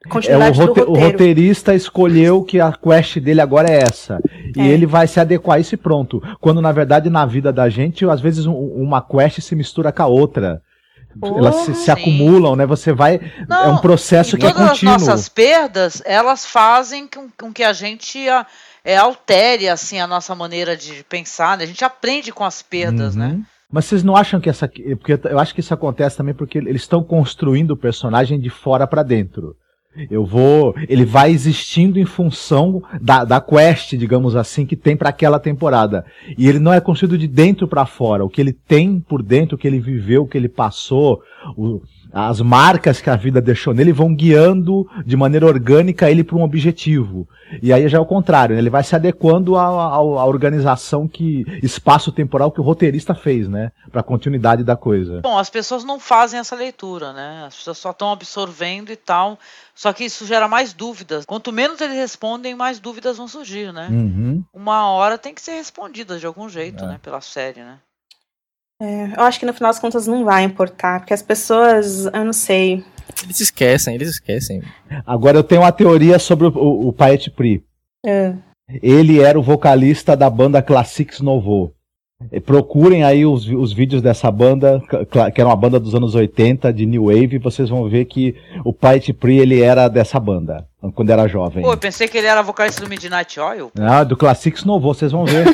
[SPEAKER 4] É, o,
[SPEAKER 1] continuidade do
[SPEAKER 4] rote- o
[SPEAKER 1] roteiro.
[SPEAKER 4] roteirista escolheu que a quest dele agora é essa. E
[SPEAKER 1] É.
[SPEAKER 4] ele vai se adequar a isso e pronto. Quando, na verdade, na vida da gente, às vezes um- uma quest se mistura com a outra.
[SPEAKER 1] Porra,
[SPEAKER 4] Elas se, se
[SPEAKER 3] sim.
[SPEAKER 4] acumulam, né? Você vai... é um processo
[SPEAKER 3] e
[SPEAKER 4] que é
[SPEAKER 3] todas
[SPEAKER 4] contínuo.
[SPEAKER 3] as nossas perdas, elas fazem com, com que a gente a, é, altere assim, a nossa maneira de pensar, né? A gente aprende com as perdas,
[SPEAKER 4] Uhum.
[SPEAKER 3] né?
[SPEAKER 4] Mas vocês não acham que essa... Porque eu acho que isso acontece também porque eles estão construindo o personagem de fora pra dentro. Eu vou... Ele vai existindo em função da, da quest, digamos assim, que tem pra aquela temporada. E ele não é construído de dentro pra fora. O que ele tem por dentro, o que ele viveu, o que ele passou, o, as marcas que a vida deixou nele vão guiando de maneira orgânica ele para um objetivo. E aí já é o contrário, né? Ele vai se adequando à, à, à organização que... espaço-temporal que o roteirista fez, né? Pra continuidade da coisa.
[SPEAKER 3] Bom, as pessoas não fazem essa leitura, né? As pessoas só estão absorvendo e tal. Só que isso gera mais dúvidas. Quanto menos eles respondem, mais dúvidas vão surgir, né?
[SPEAKER 4] Uhum.
[SPEAKER 3] Uma hora tem que ser respondida de algum jeito,
[SPEAKER 4] É.
[SPEAKER 3] né? Pela série, né?
[SPEAKER 1] É, eu acho que no final das contas não vai importar, porque as pessoas, eu não sei.
[SPEAKER 2] Eles esquecem, eles esquecem.
[SPEAKER 4] Agora eu tenho uma teoria sobre o, o, o Paet Pri.
[SPEAKER 1] É.
[SPEAKER 4] Ele era o vocalista da banda Classics Novo. E procurem aí os, os vídeos dessa banda, cla- que era uma banda dos anos oitenta, de New Wave, e vocês vão ver que o Paet Pri, ele era dessa banda, quando era jovem.
[SPEAKER 3] Pô, eu pensei que ele era vocalista do Midnight Oil.
[SPEAKER 4] Ah, do Classics Novo, vocês vão ver.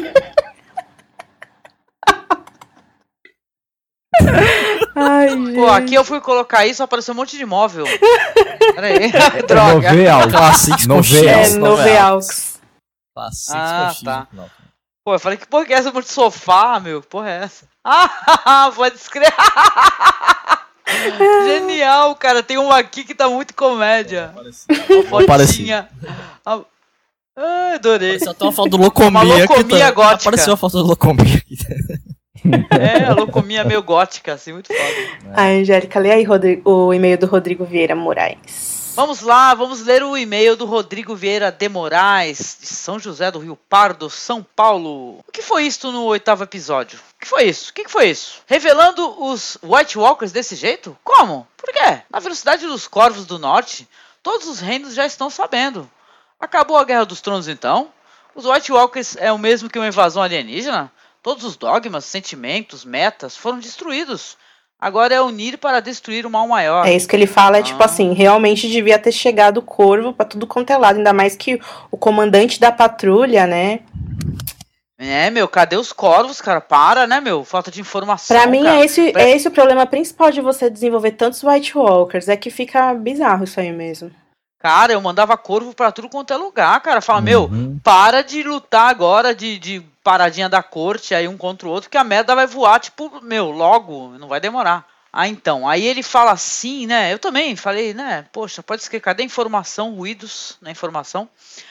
[SPEAKER 1] Ai, gente.
[SPEAKER 3] Pô, aqui eu fui colocar isso, apareceu um monte de móvel. Peraí,
[SPEAKER 4] É
[SPEAKER 3] droga.
[SPEAKER 4] Noveal.
[SPEAKER 2] Classics com
[SPEAKER 4] Noveal.
[SPEAKER 1] É,
[SPEAKER 2] X,
[SPEAKER 1] Noveaux.
[SPEAKER 2] Classics
[SPEAKER 3] Ah,
[SPEAKER 2] com X.
[SPEAKER 3] tá.
[SPEAKER 2] Não.
[SPEAKER 3] Pô, eu falei, que porra que é essa de sofá, meu? Que porra é essa? Ah, pode escrever. Genial, cara. Tem um aqui que tá muito comédia. Uma fotinha. Ah, ai, adorei.
[SPEAKER 2] Apareceu até uma foto do Locomia.
[SPEAKER 3] Uma Locomia
[SPEAKER 2] aqui,
[SPEAKER 3] gótica.
[SPEAKER 2] Apareceu a foto do Locomia aqui.
[SPEAKER 3] É, a Locomia meio gótica, assim, muito foda.
[SPEAKER 1] A Angélica, lê aí Rodrigo, o e-mail do Rodrigo Vieira Moraes.
[SPEAKER 3] Vamos lá, vamos ler o e-mail do Rodrigo Vieira de Moraes, de São José do Rio Pardo, São Paulo. O que foi isto no oitavo episódio? O que foi isso? O que foi isso? Revelando os White Walkers desse jeito? Como? Por quê? Na velocidade dos Corvos do Norte, todos os reinos já estão sabendo. Acabou a Guerra dos Tronos então? Os White Walkers é o mesmo que uma invasão alienígena? Todos os dogmas, sentimentos, metas foram destruídos. Agora é unir para destruir o mal maior.
[SPEAKER 1] É isso que ele fala, é tipo
[SPEAKER 3] Ah.
[SPEAKER 1] assim, realmente devia ter chegado o Corvo pra tudo quanto é lado, ainda mais que o comandante da patrulha, né?
[SPEAKER 3] É, meu, cadê os corvos, cara? Para, né, meu? Falta de informação,
[SPEAKER 1] Pra mim
[SPEAKER 3] cara.
[SPEAKER 1] é esse,
[SPEAKER 3] Pra-
[SPEAKER 1] é esse o problema principal de você desenvolver tantos White Walkers, é que fica bizarro isso aí mesmo.
[SPEAKER 3] Cara, eu mandava corvo pra tudo quanto é lugar, cara. Fala, meu,
[SPEAKER 4] Uhum.
[SPEAKER 3] para de lutar agora de, de paradinha da corte aí um contra o outro, que a merda vai voar, tipo, meu, logo, não vai demorar. Ah, então, aí ele fala assim, né, eu também falei, né, poxa, pode escrever, cadê a informação, ruídos na informação?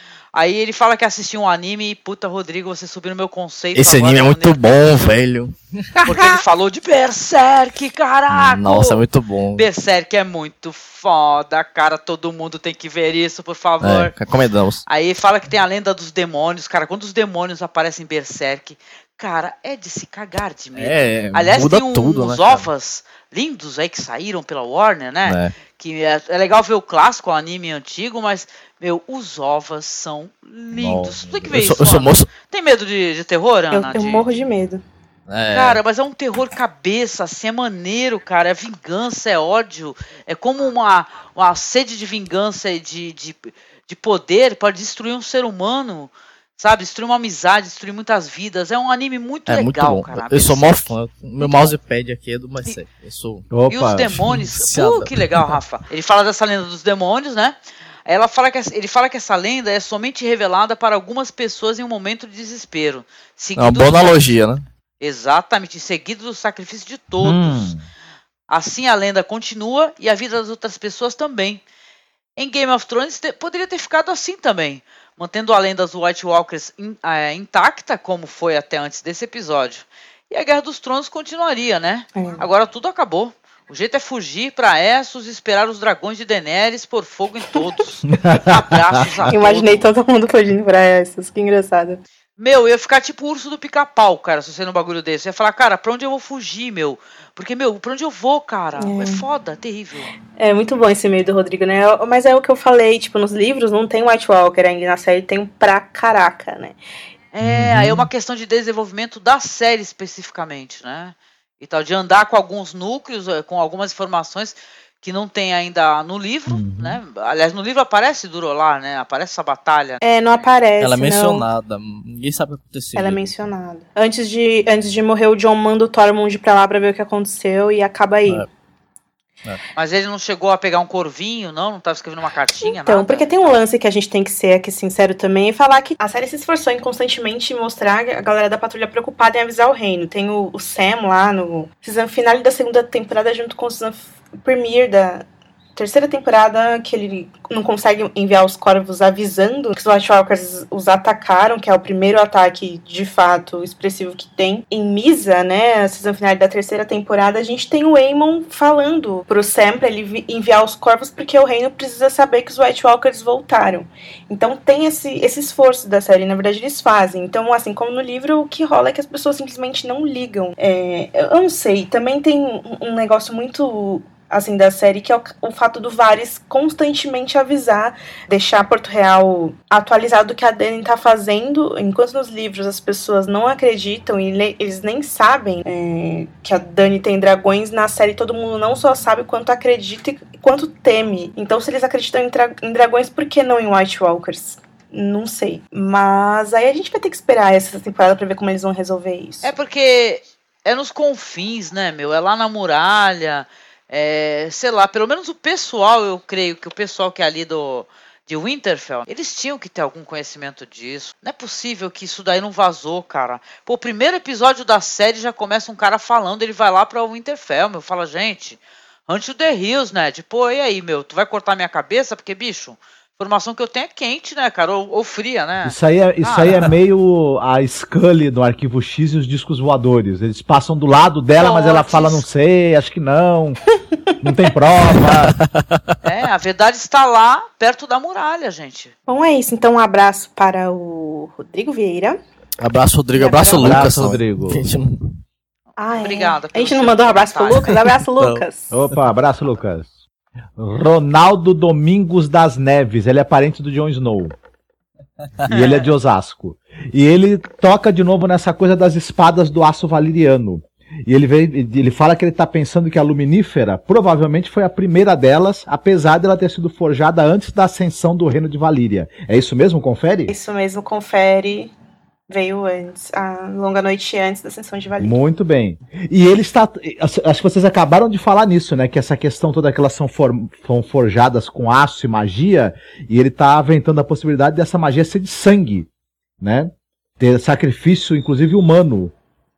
[SPEAKER 3] Aí ele fala que assistiu um anime e, puta, Rodrigo, você subiu no meu conceito.
[SPEAKER 2] Esse
[SPEAKER 3] agora
[SPEAKER 2] anime é
[SPEAKER 3] de
[SPEAKER 2] muito
[SPEAKER 3] maneira-
[SPEAKER 2] bom, velho.
[SPEAKER 3] Porque ele falou de Berserk, caraca!
[SPEAKER 2] Nossa, é muito bom.
[SPEAKER 3] Berserk é muito foda, cara, todo mundo tem que ver isso, por favor.
[SPEAKER 2] É, recomendamos.
[SPEAKER 3] Aí fala que tem a lenda dos demônios, cara. Quando os demônios aparecem em Berserk, cara, é de se cagar de medo.
[SPEAKER 2] É,
[SPEAKER 3] Aliás,
[SPEAKER 2] muda
[SPEAKER 3] tem um-
[SPEAKER 2] tudo,
[SPEAKER 3] uns
[SPEAKER 2] né, cara?
[SPEAKER 3] ovas lindos aí que saíram pela Warner, né?
[SPEAKER 2] É.
[SPEAKER 3] Que é, é legal ver o clássico, o anime antigo, mas, meu, os ovas são lindos.
[SPEAKER 2] Nossa,
[SPEAKER 3] Tem que ver
[SPEAKER 2] eu
[SPEAKER 3] isso,
[SPEAKER 2] sou, eu sou
[SPEAKER 3] Ana.
[SPEAKER 2] moço.
[SPEAKER 3] Tem medo de, de terror,
[SPEAKER 1] Eu,
[SPEAKER 3] Ana?
[SPEAKER 1] eu
[SPEAKER 3] De-
[SPEAKER 1] morro de medo.
[SPEAKER 2] É,
[SPEAKER 3] Cara, mas é um terror cabeça, assim, é maneiro, cara. É vingança, é ódio. É como uma, uma sede de vingança e de, de, de poder para destruir um ser humano, sabe? Destruir uma amizade, destruir muitas vidas. É um anime muito
[SPEAKER 2] é
[SPEAKER 3] legal,
[SPEAKER 2] muito bom.
[SPEAKER 3] cara.
[SPEAKER 2] Eu sou mó
[SPEAKER 3] Berserk.
[SPEAKER 2] fã. Meu mousepad aqui é do Berserk. Eu sou.
[SPEAKER 3] E os
[SPEAKER 4] Opa,
[SPEAKER 3] demônios.
[SPEAKER 2] viciada.
[SPEAKER 3] Pô, que legal, Rafa. Ele fala dessa lenda dos demônios, né? Ela fala que, ele fala que essa lenda é somente revelada para algumas pessoas em um momento de desespero.
[SPEAKER 2] É uma boa
[SPEAKER 3] Seguido-
[SPEAKER 2] analogia, né?
[SPEAKER 3] Exatamente, seguido do sacrifício de todos.
[SPEAKER 4] Hum.
[SPEAKER 3] Assim a lenda continua e a vida das outras pessoas também. Em Game of Thrones te- poderia ter ficado assim também, mantendo a lenda dos White Walkers in- eh, intacta, como foi até antes desse episódio. E a Guerra dos Tronos continuaria, né?
[SPEAKER 1] É.
[SPEAKER 3] Agora tudo acabou. O jeito é fugir para Essos e esperar os dragões de Daenerys pôr fogo em todos. Abraços a
[SPEAKER 1] Imaginei
[SPEAKER 3] todos.
[SPEAKER 1] todo mundo fugindo pra essas, que engraçado.
[SPEAKER 3] Meu, eu ia ficar tipo o urso do pica-pau, cara, se você no bagulho desse. Eu ia falar, cara, pra onde eu vou fugir, meu? Porque, meu, pra onde eu vou, cara? É, é foda, terrível.
[SPEAKER 1] É muito bom esse meio do Rodrigo, né? Mas é o que eu falei, tipo, nos livros não tem White Walker ainda, na série tem pra caraca, né?
[SPEAKER 3] É, aí uhum. é uma questão de desenvolvimento da série especificamente, né? E tal, de andar com alguns núcleos, com algumas informações que não tem ainda no livro, uhum. né? Aliás, no livro aparece Durolar, né? Aparece essa batalha.
[SPEAKER 1] É, não aparece,
[SPEAKER 2] Ela é
[SPEAKER 1] não.
[SPEAKER 2] mencionada, ninguém sabe o que aconteceu.
[SPEAKER 1] Ela é mencionada. Antes de, antes de morrer, o Jon manda o Tormund pra lá pra ver o que aconteceu e acaba aí.
[SPEAKER 2] É. É.
[SPEAKER 3] Mas ele não chegou a pegar um corvinho, não? Não tava escrevendo uma cartinha,
[SPEAKER 1] então,
[SPEAKER 3] nada?
[SPEAKER 1] Porque tem um lance que a gente tem que ser aqui sincero também e falar que a série se esforçou em constantemente mostrar a galera da patrulha preocupada em avisar o reino. Tem o, o Sam lá no season finale da segunda temporada junto com o season premiere da terceira temporada, que ele não consegue enviar os corvos avisando que os White Walkers os atacaram, que é o primeiro ataque, de fato, expressivo que tem. Em Misa, né, a season final da terceira temporada, a gente tem o Aemon falando pro Sam pra ele enviar os corvos, porque o reino precisa saber que os White Walkers voltaram. Então tem esse, esse esforço da série, na verdade eles fazem. Então, assim, como no livro, o que rola é que as pessoas simplesmente não ligam. É, eu não sei, também tem um negócio muito... assim, da série, que é o, o fato do Varys constantemente avisar, deixar Porto Real atualizado do que a Dany tá fazendo, enquanto nos livros as pessoas não acreditam e le, eles nem sabem é, que a Dany tem dragões. Na série todo mundo não só sabe quanto acredita e quanto teme. Então, se eles acreditam em, tra, em dragões, por que não em White Walkers? Não sei. Mas aí a gente vai ter que esperar essa temporada pra ver como eles vão resolver isso.
[SPEAKER 3] É porque é nos confins, né, meu? É lá na muralha... É, sei lá, pelo menos o pessoal, eu creio que o pessoal que é ali do, de Winterfell, eles tinham que ter algum conhecimento disso. Não é possível que isso daí não vazou, cara. Pô, o primeiro episódio da série já começa um cara falando, ele vai lá pra Winterfell, meu, fala, gente, Hunt the Hills, né? Tipo, e aí, meu, tu vai cortar minha cabeça? Porque, bicho... A informação que eu tenho é quente, né, cara? Ou, ou fria, né?
[SPEAKER 4] Isso aí é, isso ah, aí é meio a Scully no Arquivo X e os discos voadores. Eles passam do lado dela, mas ela fala, não sei, acho que não. Não tem prova.
[SPEAKER 3] É, a verdade está lá, perto da muralha, gente.
[SPEAKER 1] Bom, é isso. Então, um abraço para o Rodrigo Vieira.
[SPEAKER 2] Abraço, Rodrigo. Abraço, Lucas.
[SPEAKER 4] Abraço, Rodrigo.
[SPEAKER 1] Ah, é.
[SPEAKER 3] Obrigada.
[SPEAKER 1] A gente não mandou um abraço pro Lucas? Abraço, Lucas.
[SPEAKER 4] Opa, abraço, Lucas. Ronaldo Domingos das Neves, ele é parente do Jon Snow. E ele é de Osasco. E ele toca de novo nessa coisa das espadas do aço valeriano. E ele, veio, ele fala que ele está pensando que a Luminífera provavelmente foi a primeira delas, apesar dela ter sido forjada antes da ascensão do reino de Valíria. É isso mesmo? Confere?
[SPEAKER 1] Isso mesmo, confere. Veio antes, a longa noite antes da ascensão de Valíria.
[SPEAKER 4] Muito bem. E ele está... Acho que vocês acabaram de falar nisso, né? Que essa questão toda que elas são, for, são forjadas com aço e magia, e ele está aventando a possibilidade dessa magia ser de sangue, né? Ter sacrifício, inclusive humano,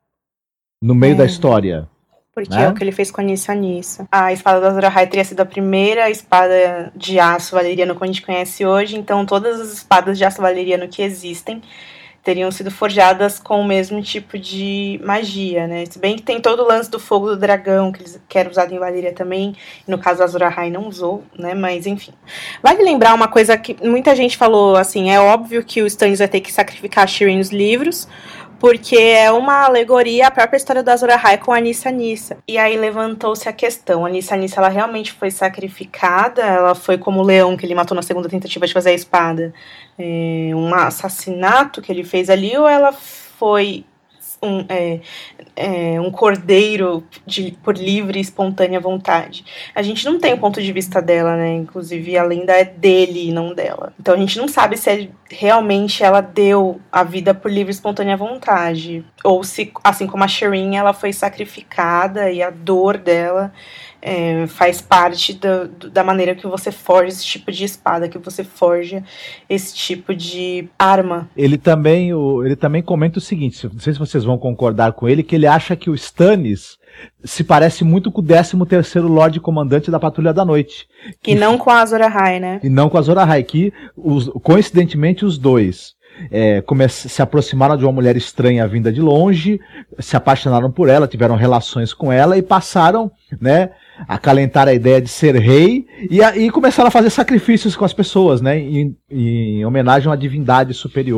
[SPEAKER 4] no meio é. da história.
[SPEAKER 1] Porque
[SPEAKER 4] né?
[SPEAKER 1] é o que ele fez com a Nissa Nissa. A espada da Azor Ahai teria sido a primeira espada de aço valeriano que a gente conhece hoje, então todas as espadas de aço valeriano que existem teriam sido forjadas com o mesmo tipo de magia, né? Se bem que tem todo o lance do fogo do dragão, que, eles, que era usado em Valíria também, e no caso a Azor Ahai não usou, né? Mas enfim. Vale lembrar uma coisa que muita gente falou, assim, é óbvio que o Stannis vai ter que sacrificar a Shireen nos livros, porque é uma alegoria à própria história da Azor Ahai com a Nissa Nissa. E aí levantou-se a questão, a Nissa Nissa, ela realmente foi sacrificada? Ela foi como o leão que ele matou na segunda tentativa de fazer a espada? É, um assassinato que ele fez ali, ou ela foi um, é, é, um cordeiro de, por livre e espontânea vontade? A gente não tem o ponto de vista dela, né? Inclusive a lenda é dele e não dela. Então a gente não sabe se é, realmente ela deu a vida por livre e espontânea vontade, ou se, assim como a Shireen, ela foi sacrificada e a dor dela É, faz parte do, do, da maneira que você forja esse tipo de espada, que você forja esse tipo de arma.
[SPEAKER 4] Ele também, o, ele também comenta o seguinte, não sei se vocês vão concordar com ele, que ele acha que o Stannis se parece muito com o décimo terceiro Lorde Comandante da Patrulha da Noite.
[SPEAKER 1] Que, e não com a Azor Ahai, né?
[SPEAKER 4] E não com a Azor Ahai, que os, coincidentemente os dois É, come- se aproximaram de uma mulher estranha vinda de longe, se apaixonaram por ela, tiveram relações com ela e passaram, né, a acalentar a ideia de ser rei e, a, e começaram a fazer sacrifícios com as pessoas, né, em, em homenagem a uma divindade superior.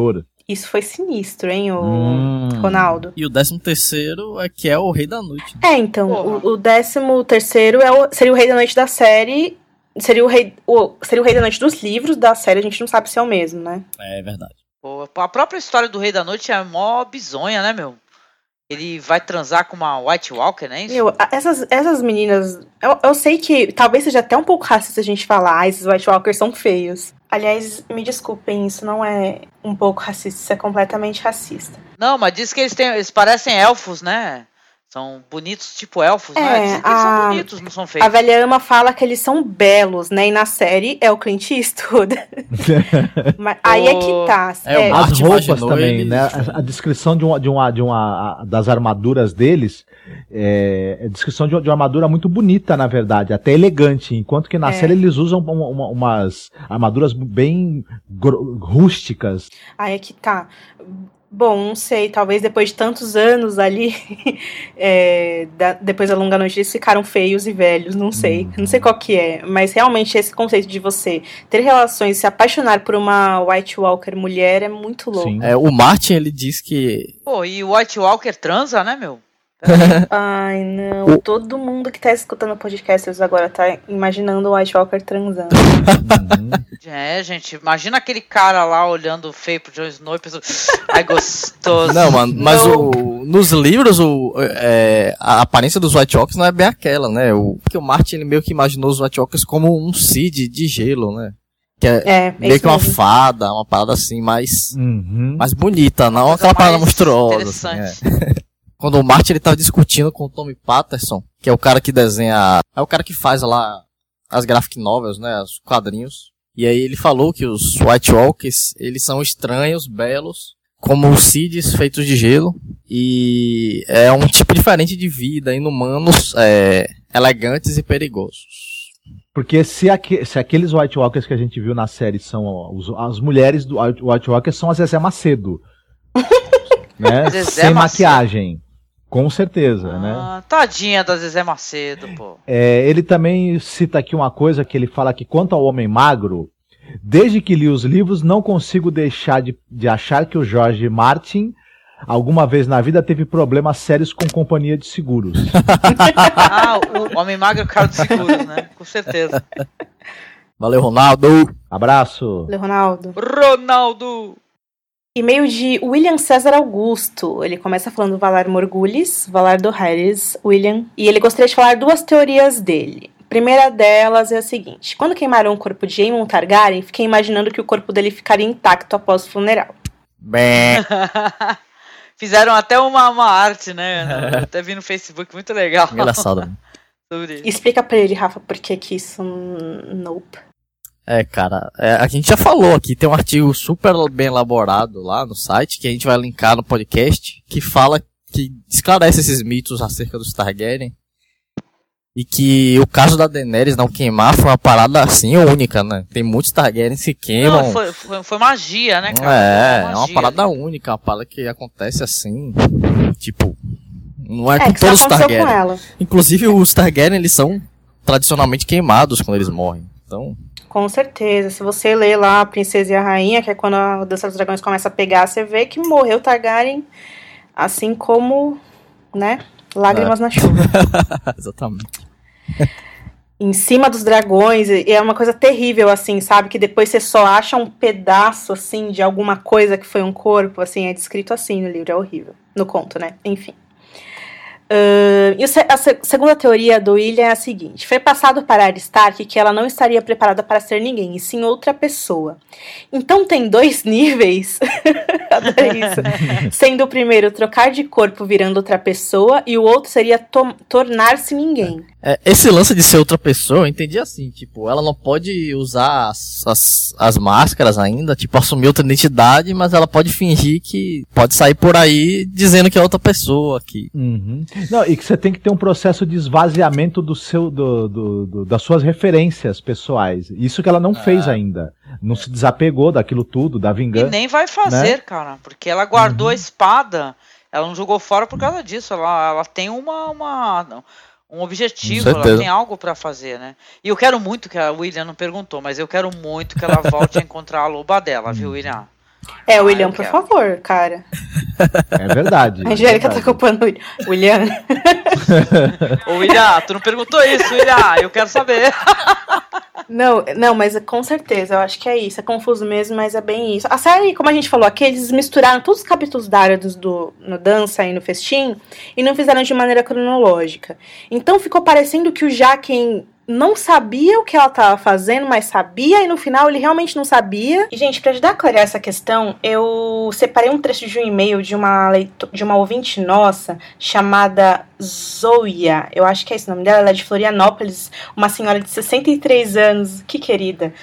[SPEAKER 1] Isso foi sinistro, hein, o
[SPEAKER 4] Hum.
[SPEAKER 1] Ronaldo?
[SPEAKER 2] E o décimo terceiro é que é o Rei da Noite.
[SPEAKER 1] É, então,
[SPEAKER 3] Porra.
[SPEAKER 1] o, o décimo terceiro é o, seria o Rei da Noite da série, seria o, rei, o, seria o Rei da Noite dos livros da série, a gente não sabe se é o mesmo, né?
[SPEAKER 2] É verdade.
[SPEAKER 3] Pô, a própria história do Rei da Noite é mó bizonha, né, meu? Ele vai transar com uma White Walker, não é isso?
[SPEAKER 1] Meu, a- essas, essas meninas, eu, eu sei que talvez seja até um pouco racista a gente falar, ah, esses White Walkers são feios. Aliás, me desculpem, isso não é um pouco racista, isso é completamente racista.
[SPEAKER 3] Não, mas diz que eles, têm, eles parecem elfos, né? São bonitos tipo elfos,
[SPEAKER 1] É,
[SPEAKER 3] né? Dizem que eles
[SPEAKER 1] a-
[SPEAKER 3] são bonitos, não são feios.
[SPEAKER 1] A velha ama fala que eles são belos, né? E na série é o Clint Eastwood. Mas aí é que tá.
[SPEAKER 2] É, o
[SPEAKER 1] é,
[SPEAKER 2] Mar-
[SPEAKER 4] As
[SPEAKER 2] Arte
[SPEAKER 4] roupas
[SPEAKER 2] imaginou
[SPEAKER 4] também,
[SPEAKER 2] eles-
[SPEAKER 4] né? A, a descrição de uma, de uma, de uma a- das armaduras deles é, é descrição de uma, de uma armadura muito bonita, na verdade, até elegante. Enquanto que na
[SPEAKER 1] É.
[SPEAKER 4] série eles usam uma- uma- umas armaduras bem gro- rústicas.
[SPEAKER 1] aí é que tá. Bom, não sei, talvez depois de tantos anos ali, é, da- depois da longa noite, eles ficaram feios e velhos, não sei.
[SPEAKER 4] Uhum.
[SPEAKER 1] Não sei qual que é, mas realmente esse conceito de você ter relações, se apaixonar por uma White Walker mulher é muito louco.
[SPEAKER 4] Sim.
[SPEAKER 2] É, o Martin, ele diz que...
[SPEAKER 3] Pô, e o White Walker transa, né, meu?
[SPEAKER 1] Ai, não.
[SPEAKER 2] O-
[SPEAKER 1] Todo mundo que tá escutando podcasts agora tá imaginando o White Walker transando.
[SPEAKER 4] Uhum.
[SPEAKER 3] É, gente, imagina aquele cara lá olhando feio pro Jon Snow e pensando, ai, gostoso.
[SPEAKER 2] Não, mano, mas
[SPEAKER 1] Não.
[SPEAKER 2] o, nos livros o, é, a aparência dos White Walkers não é bem aquela, né? O, porque o Martin, ele meio que imaginou os White Walkers como um Cid de gelo, né? Que é,
[SPEAKER 1] É, é
[SPEAKER 2] meio
[SPEAKER 1] isso
[SPEAKER 2] que uma
[SPEAKER 1] mesmo.
[SPEAKER 2] fada, uma parada assim, mais,
[SPEAKER 4] Uhum.
[SPEAKER 2] mais bonita, não
[SPEAKER 3] Coisa
[SPEAKER 2] aquela parada
[SPEAKER 3] mais
[SPEAKER 2] monstruosa. Assim,
[SPEAKER 3] interessante.
[SPEAKER 2] é. Quando o Martin ele tava discutindo com o Tommy Patterson, que é o cara que desenha, é o cara que faz lá as graphic novels, né, os quadrinhos. E aí ele falou que os White Walkers, eles são estranhos, belos, como os Cids feitos de gelo, e é um tipo diferente de vida, inumanos, é, elegantes e perigosos.
[SPEAKER 4] Porque se, aque- se aqueles White Walkers que a gente viu na série são os- as mulheres do White White Walkers são a Zezé Macedo. Né?
[SPEAKER 3] Zezé
[SPEAKER 4] Sem
[SPEAKER 3] Macedo.
[SPEAKER 4] maquiagem. Com certeza, né?
[SPEAKER 3] Ah, tadinha da Zezé Macedo, pô.
[SPEAKER 4] É, ele também cita aqui uma coisa que ele fala que quanto ao Homem Magro, desde que li os livros, não consigo deixar de, de achar que o George Martin alguma vez na vida teve problemas sérios com companhia de seguros.
[SPEAKER 3] Ah, o Homem Magro é o cara dos seguros, né? Com certeza.
[SPEAKER 2] Valeu, Ronaldo!
[SPEAKER 4] Abraço.
[SPEAKER 1] Leonardo.
[SPEAKER 3] Ronaldo!
[SPEAKER 1] E-mail de William César Augusto. Ele começa falando Valar Morghulis, Valar Dohaeris, William. E ele gostaria de falar duas teorias dele. A primeira delas é a seguinte. Quando queimaram o corpo de Aemon Targaryen, fiquei imaginando que o corpo dele ficaria intacto após o funeral.
[SPEAKER 2] Bem,
[SPEAKER 3] Fizeram até uma, uma arte, né? Eu até vi no Facebook, muito legal.
[SPEAKER 2] engraçado.
[SPEAKER 3] Sobre isso.
[SPEAKER 1] Explica pra ele, Rafa, por que que isso... hum, Nope.
[SPEAKER 2] É, cara, é, a gente já falou aqui, tem um artigo super bem elaborado lá no site, que a gente vai linkar no podcast, que fala, que esclarece esses mitos acerca dos Targaryen, e que o caso da Daenerys não queimar foi uma parada assim única, né? Tem muitos Targaryens que queimam.
[SPEAKER 3] Não, foi, foi, foi magia, né, cara?
[SPEAKER 2] É,
[SPEAKER 3] Foi
[SPEAKER 2] é uma
[SPEAKER 3] magia.
[SPEAKER 2] parada única, uma parada que acontece assim, tipo, não é,
[SPEAKER 1] É,
[SPEAKER 2] com
[SPEAKER 1] que só
[SPEAKER 2] todos os
[SPEAKER 1] aconteceu com
[SPEAKER 2] Targaryen.
[SPEAKER 1] ela.
[SPEAKER 2] Inclusive os Targaryen, eles são tradicionalmente queimados quando eles morrem, então...
[SPEAKER 1] Com certeza. Se você ler lá a Princesa e a Rainha, que é quando a Dança dos Dragões começa a pegar, você vê que morreu Targaryen, assim como, né, lágrimas na chuva.
[SPEAKER 2] Exatamente.
[SPEAKER 1] Em cima dos dragões, e é uma coisa terrível, assim, sabe? Que depois você só acha um pedaço, assim, de alguma coisa que foi um corpo, assim, é descrito assim no livro, é horrível. No conto, né? Enfim. Uh, e o se- a se- segunda teoria do William é a seguinte: foi passado para Arya Stark que ela não estaria preparada para ser ninguém, e sim outra pessoa. Então tem dois níveis. Adorei isso. Sendo o primeiro trocar de corpo virando outra pessoa, e o outro seria to- tornar-se ninguém.
[SPEAKER 2] É, esse lance de ser outra pessoa, eu entendi assim, tipo, ela não pode usar as, as, as máscaras ainda, tipo, assumir outra identidade, mas ela pode fingir que pode sair por aí dizendo que é outra pessoa, que...
[SPEAKER 4] Uhum. Não, e que você tem que ter um processo de esvaziamento do seu, do, do, do- das suas referências pessoais. Isso que ela não fez ainda. Não se desapegou daquilo tudo, da
[SPEAKER 3] E
[SPEAKER 4] vingança.
[SPEAKER 3] nem vai fazer,
[SPEAKER 4] né?
[SPEAKER 3] cara. Porque ela guardou a espada, ela não jogou fora por causa disso. Ela, ela tem uma, uma, um objetivo,
[SPEAKER 2] Com
[SPEAKER 3] ela
[SPEAKER 2] certeza.
[SPEAKER 3] tem algo pra fazer, né? E eu quero muito que a William não perguntou, mas eu quero muito que ela volte a encontrar a loba dela, viu, William?
[SPEAKER 1] É, William, por favor, cara.
[SPEAKER 4] É verdade.
[SPEAKER 1] A Angélica
[SPEAKER 4] é verdade.
[SPEAKER 1] tá culpando o William.
[SPEAKER 3] Ô, William, tu não perguntou isso, William, eu quero saber.
[SPEAKER 1] Não, não, mas com certeza, eu acho que é isso. É confuso mesmo, mas é bem isso. A série, como a gente falou aqui, eles misturaram todos os capítulos da área do, do, no Dança e no Festim e não fizeram de maneira cronológica. Então ficou parecendo que o Jaqen não sabia o que ela estava fazendo, mas sabia, e no final ele realmente não sabia. E, gente, para ajudar a clarear essa questão, eu separei um trecho de um e-mail de uma, leito- de uma ouvinte nossa, chamada Zoia, eu acho que é esse o nome dela, ela é de Florianópolis, uma senhora de sessenta e três anos, que querida,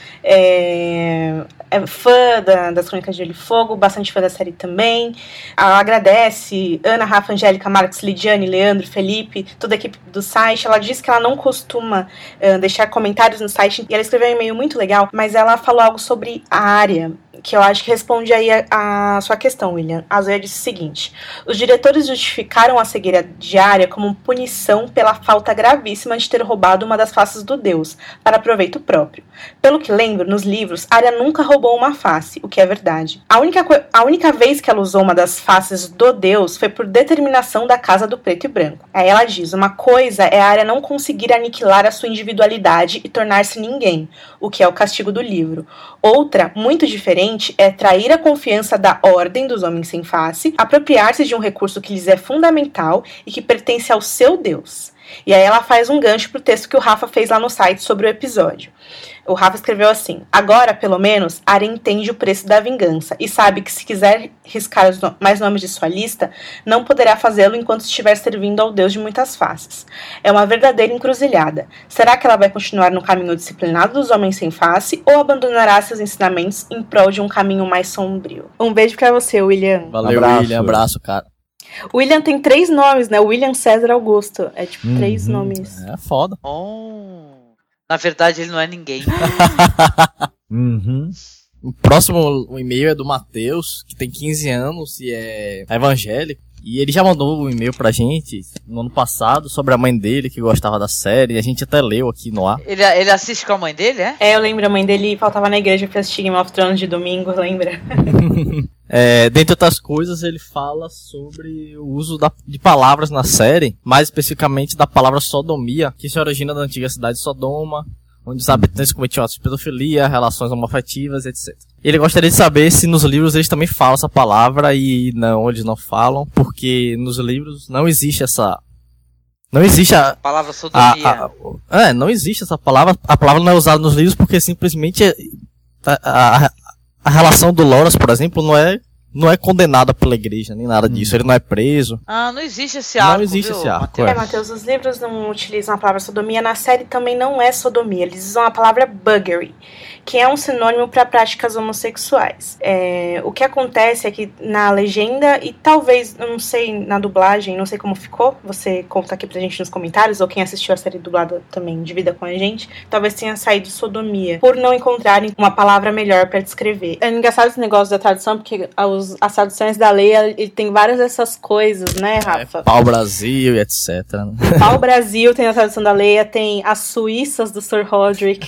[SPEAKER 1] é, é fã da, das Crônicas de Gelo e Fogo, bastante fã da série também. Ela agradece Ana, Rafa, Angélica, Marcos, Lidiane, Leandro, Felipe, toda a equipe do site. Ela diz que ela não costuma uh, deixar comentários no site, e ela escreveu um e-mail muito legal, mas ela falou algo sobre a área, que eu acho que responde aí a, a sua questão, William. A Zoya disse o seguinte: os diretores justificaram a cegueira de Arya como punição pela falta gravíssima de ter roubado uma das faces do deus, para proveito próprio. Pelo que lembro, nos livros, Arya nunca roubou uma face, o que é verdade. A única, a única vez que ela usou uma das faces do deus foi por determinação da Casa do Preto e Branco. Aí ela diz: uma coisa é a Arya não conseguir aniquilar a sua individualidade e tornar-se ninguém, o que é o castigo do livro. Outra, muito diferente, é trair a confiança da Ordem dos Homens Sem Face, apropriar-se de um recurso que lhes é fundamental e que pertence ao seu Deus. E aí ela faz um gancho pro texto que o Rafa fez lá no site sobre o episódio. O Rafa escreveu assim: agora, pelo menos, Arya entende o preço da vingança e sabe que se quiser riscar os no- mais nomes de sua lista, não poderá fazê-lo enquanto estiver servindo ao Deus de muitas faces. É uma verdadeira encruzilhada. Será que ela vai continuar no caminho disciplinado dos homens sem face ou abandonará seus ensinamentos em prol de um caminho mais sombrio? Um beijo pra você, William.
[SPEAKER 2] Valeu,
[SPEAKER 4] Abraço.
[SPEAKER 2] William. Abraço, cara.
[SPEAKER 1] O William tem três nomes, né? William César Augusto. É tipo
[SPEAKER 4] Uhum.
[SPEAKER 1] três nomes.
[SPEAKER 2] É foda.
[SPEAKER 3] Oh, na verdade, ele não é ninguém.
[SPEAKER 4] Uhum.
[SPEAKER 2] O próximo e-mail é do Matheus, que tem quinze anos e é evangélico. E ele já mandou um e-mail pra gente no ano passado sobre a mãe dele, que gostava da série. E a gente até leu aqui no ar.
[SPEAKER 3] Ele, ele assiste com a mãe dele, é?
[SPEAKER 1] É, eu lembro, a mãe dele faltava na igreja pra assistir Game of Thrones de domingo, lembra?
[SPEAKER 2] É, dentre outras coisas, ele fala sobre o uso da, de palavras na série, mais especificamente da palavra sodomia, que se origina da antiga cidade de Sodoma, onde os habitantes cometiam atos de pedofilia, relações homoafetivas, etcétera. Ele gostaria de saber se nos livros eles também falam essa palavra, e não, eles não falam, porque nos livros não existe essa... Não existe a...
[SPEAKER 3] Palavra sodomia.
[SPEAKER 2] a, a é, não existe essa palavra. A palavra não é usada nos livros porque simplesmente é, a, a, a relação do Loras, por exemplo, não é, não é condenada pela igreja, nem nada disso. Hum. Ele não é preso.
[SPEAKER 3] Ah, não existe esse arco,
[SPEAKER 2] Não existe
[SPEAKER 3] viu,
[SPEAKER 2] esse arco.
[SPEAKER 3] Matheus?
[SPEAKER 1] É, Matheus, os livros não utilizam a palavra sodomia, na série também não é sodomia, eles usam a palavra buggery, que é um sinônimo para práticas homossexuais. É, o que acontece é que na legenda, e talvez, eu não sei, na dublagem, não sei como ficou, você conta aqui pra gente nos comentários, ou quem assistiu a série dublada também divida com a gente, talvez tenha saído sodomia, por não encontrarem uma palavra melhor para descrever. É engraçado esse negócio da tradução, porque os, as traduções da lei, ele tem várias dessas coisas, né, Rafa?
[SPEAKER 2] É, pau Brasil e etcétera.
[SPEAKER 1] Pau Brasil tem a tradução da Leia, tem as Suíças do Sir Roderick.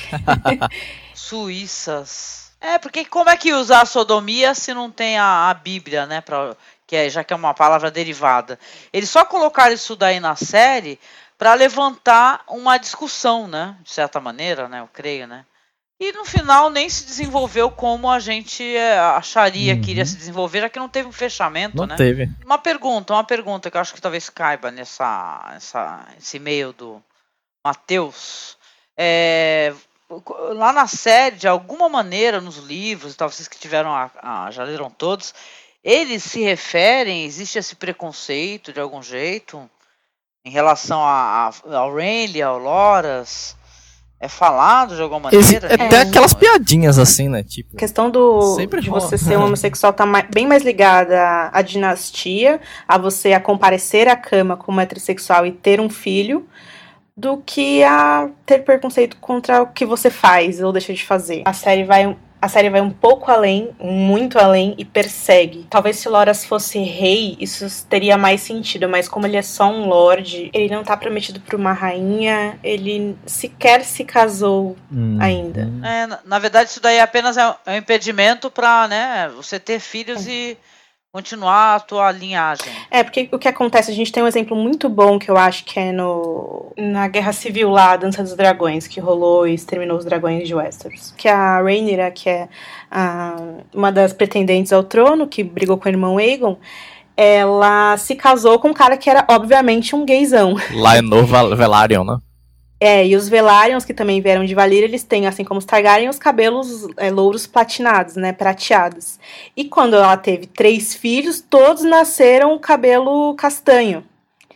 [SPEAKER 3] Suíças. É, porque como é que usar a sodomia se não tem a, a Bíblia, né? Pra, que é, já que é uma palavra derivada. Eles só colocaram isso daí na série para levantar uma discussão, né? De certa maneira, né? Eu creio, né? E no final nem se desenvolveu como a gente é, acharia
[SPEAKER 4] Uhum.
[SPEAKER 3] que iria se desenvolver, já que não teve um fechamento,
[SPEAKER 2] Não
[SPEAKER 3] né?
[SPEAKER 2] teve.
[SPEAKER 3] Uma pergunta, uma pergunta que eu acho que talvez caiba nessa, nessa, esse e-mail do Matheus. É, lá na série, de alguma maneira, nos livros, tal, vocês que tiveram a, a, já leram todos, eles se referem, existe esse preconceito de algum jeito em relação a, a, ao Renly, ao Loras? É falado de alguma
[SPEAKER 2] Exi-
[SPEAKER 3] maneira?
[SPEAKER 2] é até aquelas piadinhas assim, né? Tipo,
[SPEAKER 1] A questão do,
[SPEAKER 2] Sempre
[SPEAKER 1] de
[SPEAKER 2] rola.
[SPEAKER 1] você ser um homossexual tá mais, bem mais ligada à, à dinastia, a você a comparecer à cama como heterossexual e ter um filho, do que a ter preconceito contra o que você faz ou deixa de fazer. A série vai a série vai um pouco além, muito além, e persegue. Talvez se Loras fosse rei, isso teria mais sentido, mas como ele é só um lorde, ele não tá prometido pra uma rainha, ele sequer se casou hum, ainda.
[SPEAKER 3] Hum. É, na, na verdade, isso daí apenas é um impedimento pra, né, você ter filhos é. e continuar a tua linhagem.
[SPEAKER 1] É, porque o que acontece, a gente tem um exemplo muito bom que eu acho que é no na Guerra Civil lá, a Dança dos Dragões, que rolou e exterminou os dragões de Westeros. Que a Rhaenyra, que é a, uma das pretendentes ao trono, que brigou com o irmão Aegon, ela se casou com um cara que era, obviamente, um gaysão.
[SPEAKER 2] Laenor Velaryon, né?
[SPEAKER 1] É, e os Velaryons, que também vieram de Valyria, eles têm, assim como os Targaryen, os cabelos é, louros platinados, né, prateados. E quando ela teve três filhos, todos nasceram cabelo castanho.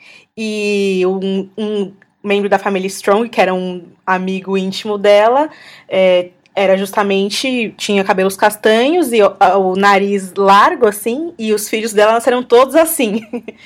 [SPEAKER 1] E um, um membro da família Strong, que era um amigo íntimo dela, é, era justamente, tinha cabelos castanhos e o, o nariz largo, assim, e os filhos dela nasceram todos assim.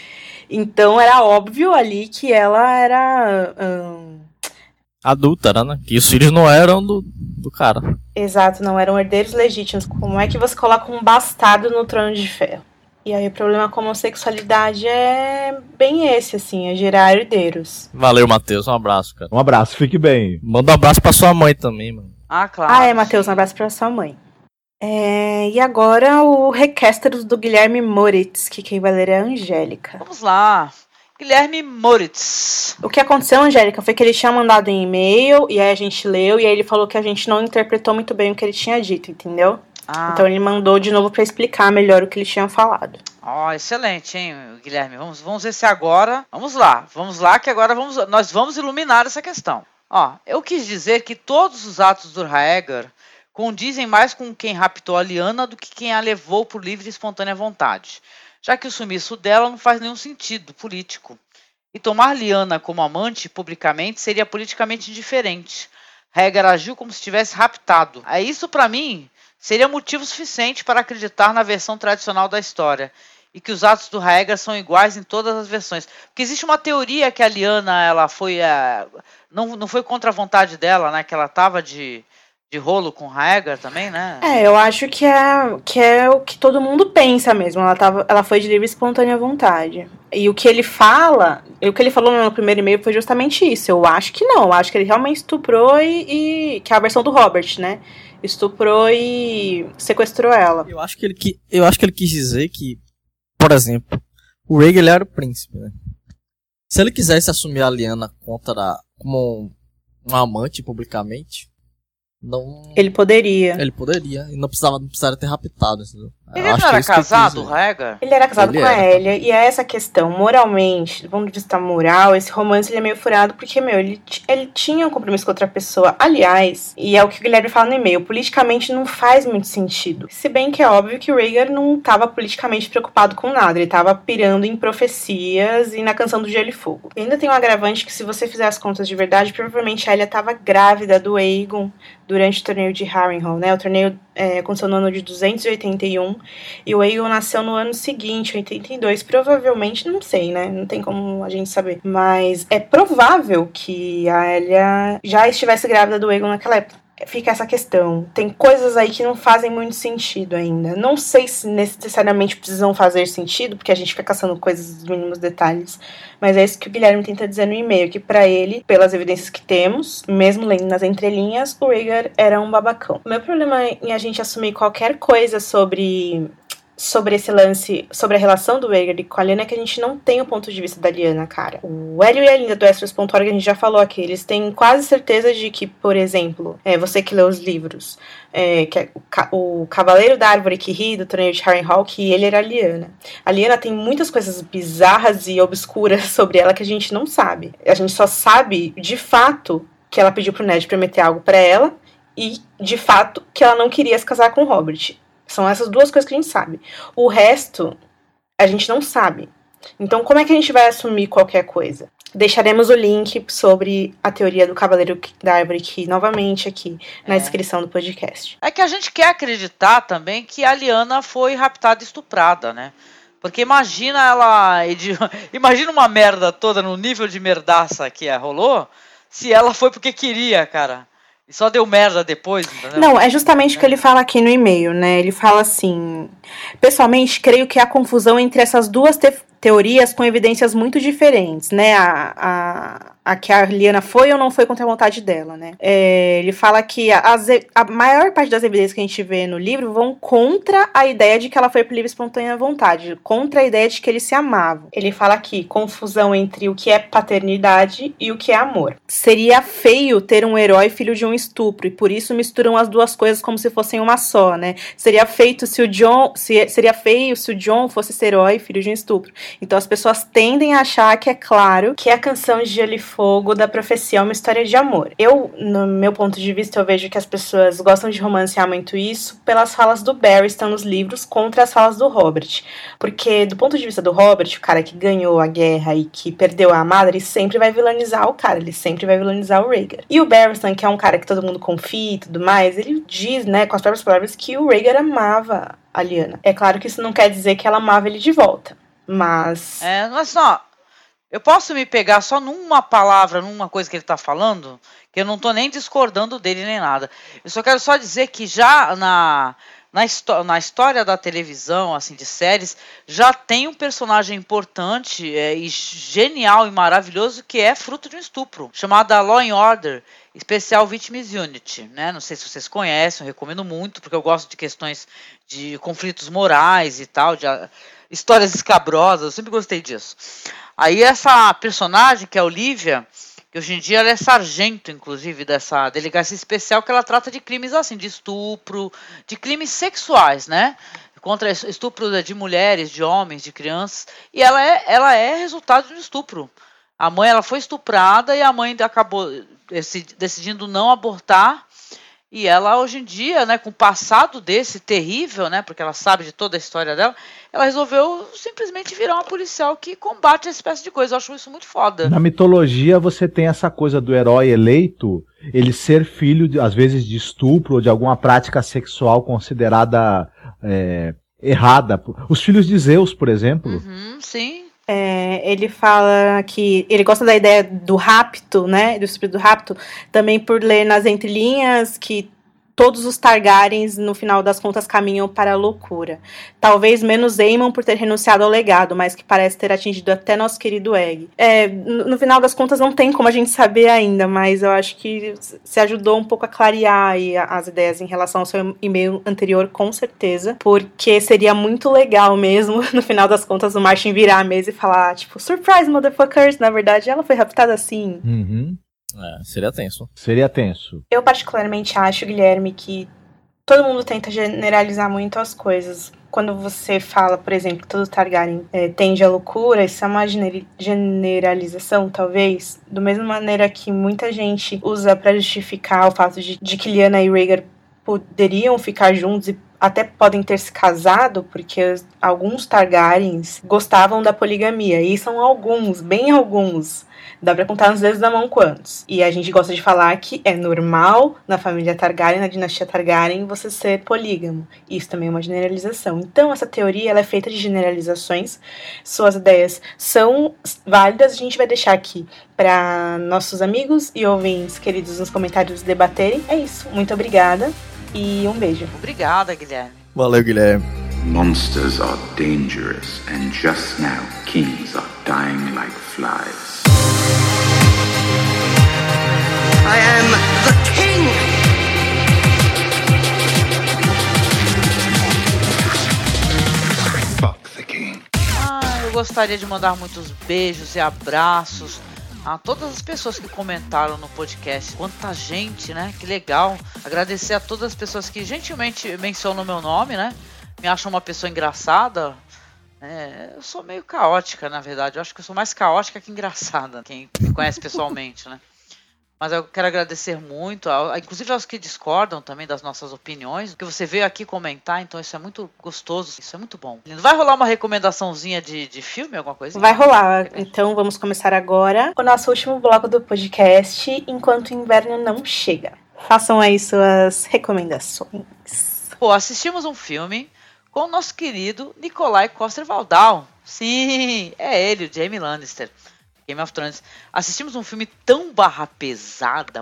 [SPEAKER 1] Então era óbvio ali que ela era... Hum,
[SPEAKER 2] adulta, né? Que os filhos não eram do, do cara.
[SPEAKER 1] Exato, não eram herdeiros legítimos. Como é que você coloca um bastardo no trono de ferro? E aí o problema com a homossexualidade é bem esse, assim, é gerar herdeiros.
[SPEAKER 2] Valeu, Matheus, um abraço, cara.
[SPEAKER 4] Um abraço, fique bem.
[SPEAKER 2] Manda um abraço pra sua mãe também, mano.
[SPEAKER 3] Ah, claro.
[SPEAKER 1] Ah, é, Matheus, um abraço pra sua mãe. É, e agora o requester do Guilherme Moritz, que quem vai ler é a Angélica.
[SPEAKER 3] Vamos lá. Guilherme Moritz.
[SPEAKER 1] O que aconteceu, Angélica, foi que ele tinha mandado um e-mail, e aí a gente leu, e aí ele falou que a gente não interpretou muito bem o que ele tinha dito, entendeu? Ah. Então ele mandou de novo pra explicar melhor o que ele tinha falado.
[SPEAKER 3] Ó, oh, excelente, hein, Guilherme? Vamos, vamos ver se agora... Vamos lá, vamos lá, que agora vamos, nós vamos iluminar essa questão. Ó, eu quis dizer que todos os atos do Rhaegar condizem mais com quem raptou a Lyanna do que quem a levou por livre e espontânea vontade, já que o sumiço dela não faz nenhum sentido político. E tomar Lyanna como amante publicamente seria politicamente indiferente. Rhaegar agiu como se tivesse raptado. É isso, para mim, seria motivo suficiente para acreditar na versão tradicional da história, e que os atos do Rhaegar são iguais em todas as versões. Porque existe uma teoria que a Lyanna, ela foi, é, não, não foi contra a vontade dela, né, que ela estava de... de rolo com Rhaegar também, né?
[SPEAKER 1] É, eu acho que é, que é o que todo mundo pensa mesmo. Ela, tava, ela foi de livre e espontânea vontade. E o que ele fala, o que ele falou no primeiro e-mail foi justamente isso. Eu acho que não. Eu acho que ele realmente estuprou e, e... que é a versão do Robert, né? Estuprou e sequestrou ela.
[SPEAKER 2] Eu acho que ele, eu acho que ele quis dizer que, por exemplo, o Rhaegar ele era o príncipe, né? Se ele quisesse assumir a Lyanna contra, como um amante publicamente... Não...
[SPEAKER 1] Ele poderia.
[SPEAKER 2] Ele poderia. E não precisava, não precisaria ter raptado. Entendeu?
[SPEAKER 3] Ele não era casado, o Rhaegar?
[SPEAKER 1] Ele era casado
[SPEAKER 2] ele
[SPEAKER 1] com
[SPEAKER 2] era.
[SPEAKER 1] a Elia. E é essa questão, moralmente, do ponto de vista moral, esse romance ele é meio furado, porque, meu, ele, ele tinha um compromisso com outra pessoa. Aliás, e é o que o Guilherme fala no e-mail, politicamente não faz muito sentido. Se bem que é óbvio que o Rhaegar não estava politicamente preocupado com nada. Ele estava pirando em profecias e na Canção do Gelo e Fogo. E ainda tem um agravante que, se você fizer as contas de verdade, provavelmente a Elia estava grávida do Aegon durante o torneio de Harrenhal, né? O torneio é, aconteceu no ano de duzentos e oitenta e um e o Aegon nasceu no ano seguinte, oitenta e dois. Provavelmente, não sei, né? Não tem como a gente saber. Mas é provável que a Elia já estivesse grávida do Aegon naquela época. Fica essa questão. Tem coisas aí que não fazem muito sentido ainda. Não sei se necessariamente precisam fazer sentido, porque a gente fica caçando coisas dos mínimos detalhes. Mas é isso que o Guilherme tenta dizer no e-mail, que pra ele, pelas evidências que temos, mesmo lendo nas entrelinhas, o Rhaegar era um babacão. O meu problema em a gente assumir qualquer coisa sobre... sobre esse lance, sobre a relação do Rhaegar com a Lyanna, é que a gente não tem o ponto de vista da Lyanna, cara. O Hélio e a Linda do Westeros ponto org, a gente já falou aqui, eles têm quase certeza de que, por exemplo, é, você que lê os livros, é, que é o, o Cavaleiro da Árvore que ri, do torneio de Harrenhal, que ele era a Lyanna. A Lyanna tem muitas coisas bizarras e obscuras sobre ela que a gente não sabe. A gente só sabe, de fato, que ela pediu pro Ned prometer algo pra ela e, de fato, que ela não queria se casar com o Robert. São essas duas coisas que a gente sabe. O resto, a gente não sabe. Então, como é que a gente vai assumir qualquer coisa? Deixaremos o link sobre a teoria do Cavaleiro da Árvore aqui, novamente, aqui na é. descrição do podcast.
[SPEAKER 3] É que a gente quer acreditar também que a Lyanna foi raptada e estuprada, né? Porque imagina ela... Imagina uma merda toda no nível de merdaça que rolou, se ela foi porque queria, cara. E só deu merda depois, entendeu?
[SPEAKER 1] Não, é justamente o que ele fala aqui no e-mail, né? Ele fala assim: pessoalmente, creio que há confusão entre essas duas te- teorias com evidências muito diferentes, né? A, a, a que a Lyanna foi ou não foi contra a vontade dela, né? É, ele fala que as, a maior parte das evidências que a gente vê no livro vão contra a ideia de que ela foi por livre e espontânea vontade, contra a ideia de que eles se amavam. Ele fala aqui, confusão entre o que é paternidade e o que é amor. Seria feio ter um herói filho de um estupro, e por isso misturam as duas coisas como se fossem uma só, né? Seria feito se o Jon, se, seria feio se o Jon fosse esse herói filho de um estupro. Então as pessoas tendem a achar que é claro que a canção de Gelo e Fogo da Profecia é uma história de amor. Eu, no meu ponto de vista, eu vejo que as pessoas gostam de romancear muito isso pelas falas do Barristan nos livros contra as falas do Robert. Porque, do ponto de vista do Robert, o cara que ganhou a guerra e que perdeu a amada, ele sempre vai vilanizar o cara, ele sempre vai vilanizar o Rhaegar. E o Barristan, que é um cara que todo mundo confia e tudo mais, ele diz, né, com as próprias palavras, que o Rhaegar amava a Lyanna. É claro que isso não quer dizer que ela amava ele de volta. Mas...
[SPEAKER 3] É, mas só, eu posso me pegar só numa palavra, numa coisa que ele tá falando, que eu não tô nem discordando dele nem nada. Eu só quero só dizer que já na, na, na história da televisão, assim, de séries, já tem um personagem importante é, e genial e maravilhoso que é fruto de um estupro, chamada Law and Order, Special Victims Unit, né? Não sei se vocês conhecem, eu recomendo muito, porque eu gosto de questões de conflitos morais e tal, de histórias escabrosas, eu sempre gostei disso. Aí essa personagem, que é a Olivia, que hoje em dia ela é sargento, inclusive, dessa delegacia especial, que ela trata de crimes assim, de estupro, de crimes sexuais, né? Contra estupro de mulheres, de homens, de crianças. E ela é, ela é resultado de um estupro. A mãe ela foi estuprada e a mãe acabou decidindo não abortar. E ela, hoje em dia, né, com o passado desse terrível, né, porque ela sabe de toda a história dela, ela resolveu simplesmente virar uma policial que combate essa espécie de coisa. Eu acho isso muito foda.
[SPEAKER 4] Na mitologia, você tem essa coisa do herói eleito, ele ser filho, de, às vezes, de estupro ou de alguma prática sexual considerada é, errada. Os filhos de Zeus, por exemplo.
[SPEAKER 3] Uhum, sim.
[SPEAKER 1] É, ele fala que ele gosta da ideia do rapto, né, do espírito do rapto, também por ler nas entrelinhas que todos os Targaryens, no final das contas, caminham para a loucura. Talvez menos Aemon por ter renunciado ao legado, mas que parece ter atingido até nosso querido Egg. É, no, no final das contas, não tem como a gente saber ainda, mas eu acho que se ajudou um pouco a clarear aí as ideias em relação ao seu e-mail anterior, com certeza, porque seria muito legal mesmo, no final das contas, o Martin virar a mesa e falar, tipo, surprise, motherfuckers, na verdade, ela foi raptada assim.
[SPEAKER 4] Uhum.
[SPEAKER 2] É, seria tenso.
[SPEAKER 4] Seria tenso.
[SPEAKER 1] Eu particularmente acho, Guilherme, que todo mundo tenta generalizar muito as coisas. Quando você fala, por exemplo, que todo Targaryen é, tende à loucura, isso é uma gener- generalização, talvez, da mesma maneira que muita gente usa para justificar o fato de, de que Lyanna e Rhaegar poderiam ficar juntos e até podem ter se casado, porque alguns Targaryens gostavam da poligamia, e são alguns, bem alguns. Dá pra contar nos dedos da mão quantos. E a gente gosta de falar que é normal na família Targaryen, na dinastia Targaryen, você ser polígamo. Isso também é uma generalização. Então, essa teoria ela é feita de generalizações. Suas ideias são válidas. A gente vai deixar aqui para nossos amigos e ouvintes queridos nos comentários debaterem. É isso. Muito obrigada e um beijo.
[SPEAKER 3] Obrigada, Guilherme.
[SPEAKER 2] Valeu, Guilherme.
[SPEAKER 5] Monsters are dangerous, and just now kings are dying like flies.
[SPEAKER 6] I am the king!
[SPEAKER 5] Fuck the king.
[SPEAKER 3] Ah, eu gostaria de mandar muitos beijos e abraços a todas as pessoas que comentaram no podcast. Quanta gente, né? Que legal. Agradecer a todas as pessoas que gentilmente mencionam meu nome, né? Me acham uma pessoa engraçada. É, eu sou meio caótica, na verdade. Eu acho que eu sou mais caótica que engraçada. Quem me conhece pessoalmente, né? Mas eu quero agradecer muito, a, inclusive aos que discordam também das nossas opiniões, que você veio aqui comentar, então isso é muito gostoso, isso é muito bom. Vai rolar uma recomendaçãozinha de, de filme, alguma coisa?
[SPEAKER 1] Vai rolar, então vamos começar agora o nosso último bloco do podcast, Enquanto o Inverno Não Chega. Façam aí suas recomendações.
[SPEAKER 3] Pô, assistimos um filme com o nosso querido Nikolai Coster-Waldau. Sim, é ele, o Jaime Lannister. Game of Thrones. Assistimos um filme tão barra pesada, mas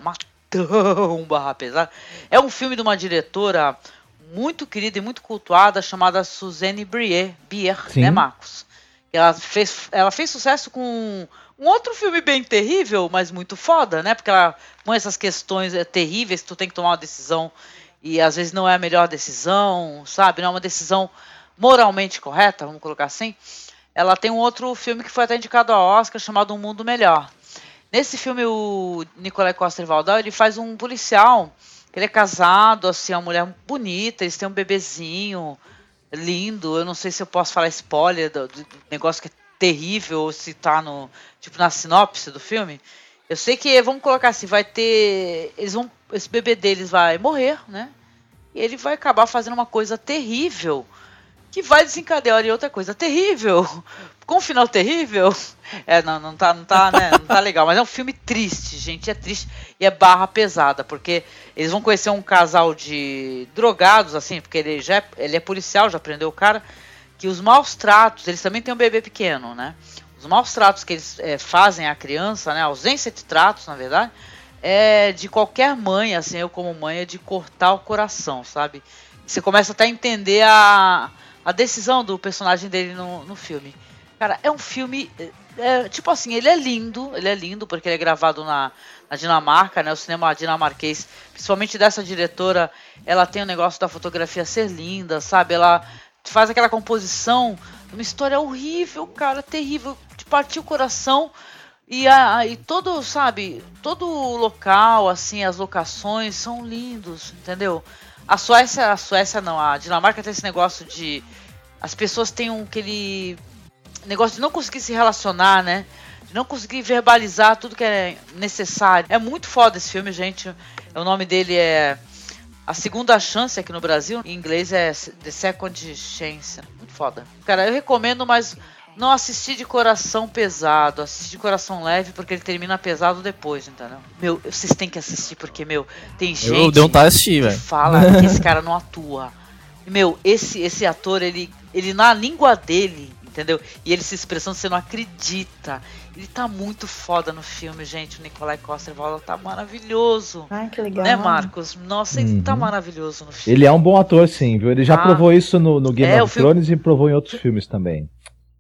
[SPEAKER 3] tão barra pesada. É um filme de uma diretora muito querida e muito cultuada chamada Suzanne Bier, Bier, né, Marcos? Ela fez, ela fez sucesso com um outro filme bem terrível, mas muito foda, né? Porque ela põe essas questões é, terríveis, tu tem que tomar uma decisão e às vezes não é a melhor decisão, sabe? Não é uma decisão moralmente correta, vamos colocar assim. Ela tem um outro filme que foi até indicado ao Oscar, chamado Um Mundo Melhor. Nesse filme, o Nicolai Coster-Waldau, ele faz um policial, ele é casado, assim, é uma mulher bonita, eles têm um bebezinho lindo, eu não sei se eu posso falar spoiler do, do negócio que é terrível, ou se tá no, tipo, na sinopse do filme. Eu sei que, vamos colocar assim, vai ter, eles vão, esse bebê deles vai morrer, né? E ele vai acabar fazendo uma coisa terrível, que vai desencadear em outra coisa terrível, com um final terrível. É, não, não tá, não tá, né, não tá legal, mas é um filme triste, gente, é triste e é barra pesada, porque eles vão conhecer um casal de drogados, assim, porque ele já é, ele é policial, já prendeu o cara, que os maus tratos, eles também têm um bebê pequeno, né, os maus tratos que eles é, fazem à criança, né, a ausência de tratos, na verdade, é de qualquer mãe, assim, eu como mãe, é de cortar o coração, sabe, você começa até a entender a, a decisão do personagem dele no, no filme. Cara, é um filme, é, tipo assim, ele é lindo, ele é lindo porque ele é gravado na, na Dinamarca, né, o cinema dinamarquês, principalmente dessa diretora, ela tem o negócio da fotografia ser linda, sabe, ela faz aquela composição, uma história horrível, cara, terrível, de partir o coração, e, a, e todo, sabe, todo o local, assim, as locações são lindos, entendeu? A Suécia, a Suécia não, a Dinamarca tem esse negócio de, as pessoas têm um, aquele negócio de não conseguir se relacionar, né? De não conseguir verbalizar tudo que é necessário. É muito foda esse filme, gente. O nome dele é A Segunda Chance aqui no Brasil. Em inglês é The Second Chance. Muito foda. Cara, eu recomendo, mas não assistir de coração pesado. Assistir de coração leve, porque ele termina pesado depois, entendeu? Meu, vocês têm que assistir, porque, meu, tem gente
[SPEAKER 2] eu dei um tá assistir,
[SPEAKER 3] que
[SPEAKER 2] véio.
[SPEAKER 3] fala que esse cara não atua. Meu, esse, esse ator, ele, ele na língua dele, entendeu? E ele se expressando, você não acredita. Ele tá muito foda no filme, gente. O Nicolai Coster-Waldau tá maravilhoso.
[SPEAKER 1] Ai, que legal.
[SPEAKER 3] Né, Marcos? Nossa, ele
[SPEAKER 4] Uhum.
[SPEAKER 3] tá maravilhoso no filme.
[SPEAKER 4] Ele é um bom ator, sim, viu? Ele já
[SPEAKER 3] Ah.
[SPEAKER 4] provou isso no, no Game
[SPEAKER 3] É,
[SPEAKER 4] of
[SPEAKER 3] o filme-
[SPEAKER 4] Thrones e provou em outros filmes também.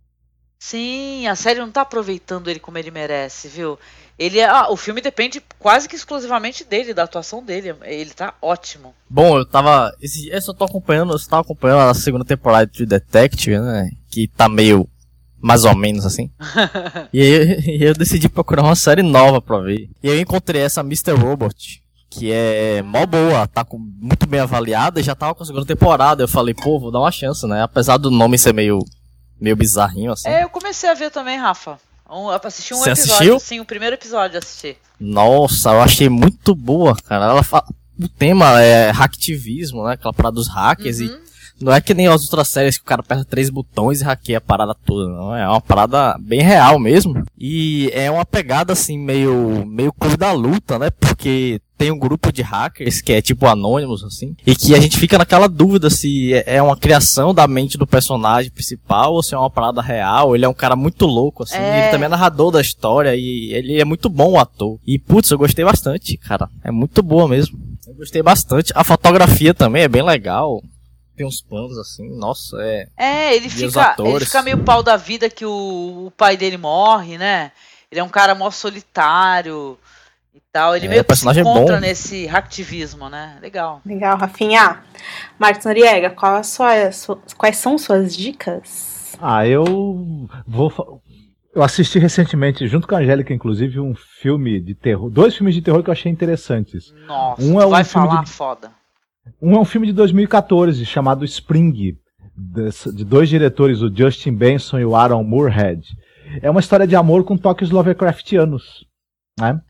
[SPEAKER 3] Sim, a série não tá aproveitando ele como ele merece, viu? Ele é, ah, o filme depende quase que exclusivamente dele, da atuação dele. Ele tá ótimo.
[SPEAKER 2] Bom, eu tava. Esse, eu só tô acompanhando, eu só tava acompanhando a segunda temporada de Detective, né? Que tá meio. Mais ou menos assim. e, aí, e eu decidi procurar uma série nova pra ver. E eu encontrei essa mister Robot, que é mó boa, tá com, muito bem avaliada e já tava com a segunda temporada. Eu falei, pô, vou dar uma chance, né? Apesar do nome ser meio, meio bizarrinho assim.
[SPEAKER 3] É, eu comecei a ver também, Rafa. Um, eu assisti um
[SPEAKER 2] Você
[SPEAKER 3] episódio,
[SPEAKER 2] assistiu?
[SPEAKER 3] sim, o primeiro episódio eu assisti.
[SPEAKER 2] Nossa, eu achei muito boa, cara. Ela fa... O tema é hacktivismo, né? Aquela parada dos hackers
[SPEAKER 3] Uhum.
[SPEAKER 2] e não é que nem as outras séries que o cara aperta três botões e hackeia a parada toda, não. É uma parada bem real mesmo. E é uma pegada assim, meio, meio clube da luta, né? Porque tem um grupo de hackers que é tipo anônimos, assim. E que a gente fica naquela dúvida se é uma criação da mente do personagem principal ou se é uma parada real. Ele é um cara muito louco, assim.
[SPEAKER 3] É.
[SPEAKER 2] Ele também é narrador da história e ele é muito bom o ator. E putz, eu gostei bastante, cara. É muito boa mesmo. Eu gostei bastante. A fotografia também é bem legal. Tem uns planos assim, nossa, é...
[SPEAKER 3] É, ele
[SPEAKER 2] E os
[SPEAKER 3] fica, ele
[SPEAKER 2] atores?
[SPEAKER 3] fica meio pau da vida que o, o pai dele morre, né? Ele é um cara mó solitário e tal. Ele
[SPEAKER 2] É,
[SPEAKER 3] meio
[SPEAKER 2] o
[SPEAKER 3] que se
[SPEAKER 2] personagem é
[SPEAKER 3] encontra
[SPEAKER 2] bom.
[SPEAKER 3] nesse hacktivismo, né? Legal.
[SPEAKER 1] Legal, Rafinha. Marcos Noriega, qual a sua, sua- quais são suas dicas?
[SPEAKER 4] Ah, eu vou. fa- Eu assisti recentemente, junto com a Angélica, inclusive, um filme de terror. Dois filmes de terror que eu achei interessantes.
[SPEAKER 3] Nossa,
[SPEAKER 4] Um é
[SPEAKER 3] tu
[SPEAKER 4] um
[SPEAKER 3] vai
[SPEAKER 4] filme
[SPEAKER 3] falar
[SPEAKER 4] de-
[SPEAKER 3] foda.
[SPEAKER 4] Um é um filme de dois mil e quatorze, chamado Spring, desse- de dois diretores, o Justin Benson e o Aaron Moorhead. É uma história de amor com toques Lovecraftianos, né?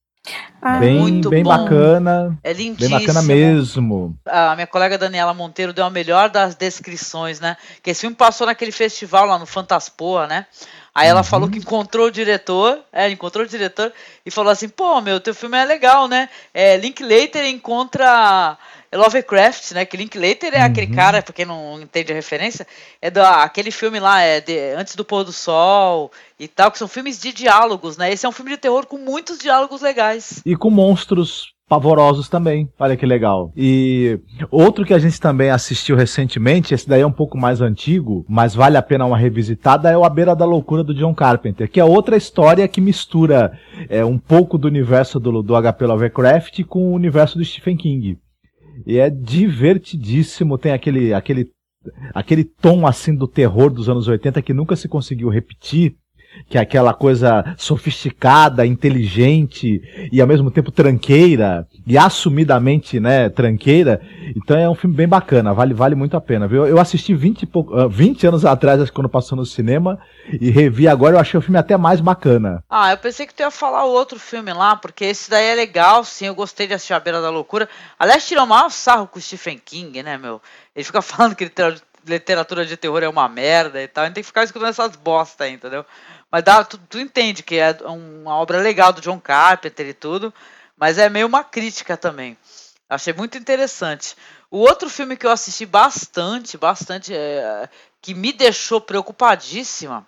[SPEAKER 1] Ah,
[SPEAKER 4] Bem,
[SPEAKER 3] muito
[SPEAKER 4] bem
[SPEAKER 3] bom.
[SPEAKER 4] bacana,
[SPEAKER 3] É
[SPEAKER 4] bem
[SPEAKER 3] lindíssimo.
[SPEAKER 4] bacana mesmo.
[SPEAKER 3] A minha colega Daniela Monteiro deu a melhor das descrições, né? Que esse filme passou naquele festival lá no Fantaspoa, né? Aí ela
[SPEAKER 4] Uhum.
[SPEAKER 3] falou que encontrou o diretor, é, encontrou o diretor e falou assim, pô, meu, teu filme é legal, né? É, Linklater encontra Lovecraft, né? Que Linklater é aquele
[SPEAKER 4] Uhum.
[SPEAKER 3] cara, pra quem não entende a referência, é da, aquele filme lá, é de, Antes do Pôr do Sol e tal, que são filmes de diálogos, né? Esse é um filme de terror com muitos diálogos legais.
[SPEAKER 4] E com monstros pavorosos também. Olha que legal. E outro que a gente também assistiu recentemente, esse daí é um pouco mais antigo, mas vale a pena uma revisitada, é o A Beira da Loucura do John Carpenter, que é outra história que mistura é, um pouco do universo do, do H P Lovecraft com o universo do Stephen King. E é divertidíssimo, tem aquele, aquele, aquele tom assim do terror dos anos oitenta que nunca se conseguiu repetir, que é aquela coisa sofisticada, inteligente e ao mesmo tempo tranqueira, e assumidamente, né, tranqueira. Então é um filme bem bacana, vale, vale muito a pena, viu? Eu assisti vinte, vinte anos atrás, acho que quando passou no cinema, e revi agora, eu achei o filme até mais bacana.
[SPEAKER 3] Ah, eu pensei que tu ia falar o outro filme lá, porque esse daí é legal, sim, eu gostei de assistir A Beira da Loucura. Aliás, tirou o maior sarro com o Stephen King, né, meu? Ele fica falando que literatura de terror é uma merda e tal, a gente tem que ficar escutando essas bosta aí, entendeu? Mas dá, tu, tu entende que é uma obra legal do John Carpenter e tudo, mas é meio uma crítica também. Achei muito interessante. O outro filme que eu assisti bastante, bastante, é, que me deixou preocupadíssima,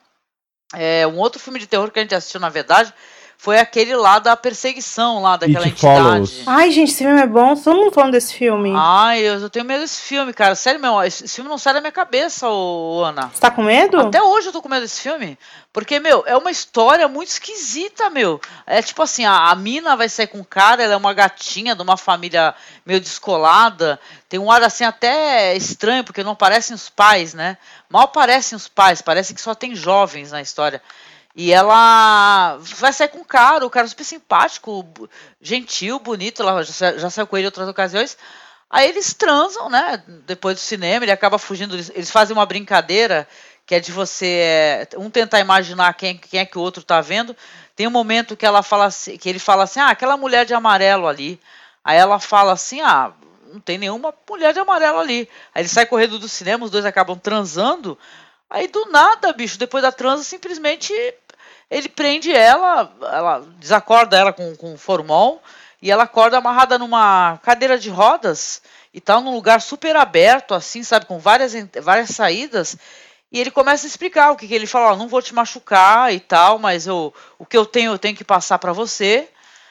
[SPEAKER 3] é um outro filme de terror que a gente assistiu, na verdade, foi aquele lá da perseguição, lá daquela
[SPEAKER 4] It
[SPEAKER 3] entidade.
[SPEAKER 4] Follows.
[SPEAKER 1] Ai, gente, esse filme é bom. Todo mundo falando desse filme.
[SPEAKER 3] Ai, eu, eu tenho medo desse filme, cara. Sério mesmo, esse filme não sai da minha cabeça, ô, Ana.
[SPEAKER 1] Você tá com medo?
[SPEAKER 3] Até hoje eu tô com medo desse filme. Porque, meu, é uma história muito esquisita, meu. É tipo assim, a, a mina vai sair com o cara, ela é uma gatinha de uma família meio descolada. Tem um ar assim até estranho, porque não parecem os pais, né? Mal parecem os pais, parece que só tem jovens na história. E ela vai sair com o cara, o cara é super simpático, gentil, bonito, ela já, já saiu com ele em outras ocasiões. Aí eles transam, né? Depois do cinema, ele acaba fugindo, eles, eles fazem uma brincadeira que é de você, um tentar imaginar quem, quem é que o outro tá vendo. Tem um momento que, ela fala assim, que ele fala assim, ah, aquela mulher de amarelo ali. Aí ela fala assim, ah, não tem nenhuma mulher de amarelo ali. Aí ele sai correndo do cinema, os dois acabam transando. Aí do nada, bicho, depois da transa, simplesmente ele prende ela, ela desacorda ela com, com formol, e ela acorda amarrada numa cadeira de rodas, e tá num lugar super aberto, assim, sabe, com várias, várias saídas, e ele começa a explicar o que, que ele fala, ó, não vou te machucar e tal, mas eu, o que eu tenho, eu tenho que passar pra você,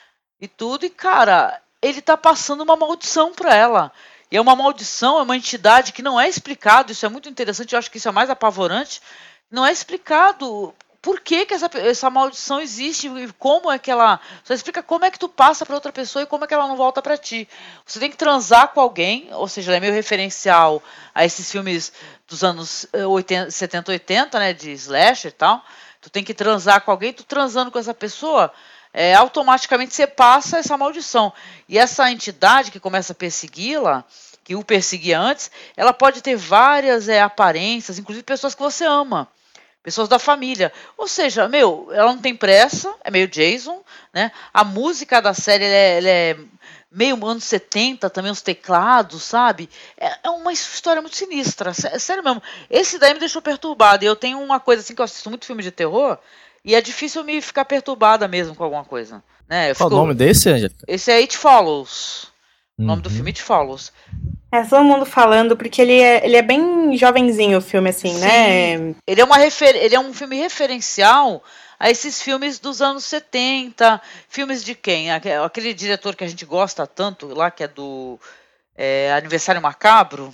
[SPEAKER 3] e tudo, e cara, ele tá passando uma maldição pra ela. E é uma maldição, é uma entidade que não é explicado, isso é muito interessante, eu acho que isso é mais apavorante, não é explicado por que, que essa, essa maldição existe e como é que ela... Só explica como é que tu passa para outra pessoa e como é que ela não volta para ti. Você tem que transar com alguém, ou seja, ela é meio referencial a esses filmes dos anos oitenta, setenta, oitenta, né, de slasher e tal. Tu tem que transar com alguém, tu transando com essa pessoa... É, automaticamente você passa essa maldição. E essa entidade que começa a persegui-la, que o perseguia antes, ela pode ter várias é, aparências, inclusive pessoas que você ama, pessoas da família. Ou seja, meu, ela não tem pressa, é meio Jason, né? A música da série ela é, ela é meio anos setenta, também os teclados, sabe? É, é uma história muito sinistra, sério mesmo. Esse daí me deixou perturbado. E eu tenho uma coisa assim, que eu assisto muito filme de terror, e é difícil me ficar perturbada mesmo com alguma coisa. Né? Eu
[SPEAKER 2] Qual
[SPEAKER 3] fico...
[SPEAKER 2] o nome desse, Angélica?
[SPEAKER 3] Esse é It Follows. O
[SPEAKER 4] Uhum.
[SPEAKER 3] nome do filme é It Follows.
[SPEAKER 1] É, todo mundo falando, porque ele é, ele é bem jovenzinho o filme, assim,
[SPEAKER 3] Sim.
[SPEAKER 1] né?
[SPEAKER 3] Ele é, uma refer... ele é um filme referencial a esses filmes dos anos setenta. Filmes de quem? Aquele diretor que a gente gosta tanto lá, que é do é, Aniversário Macabro.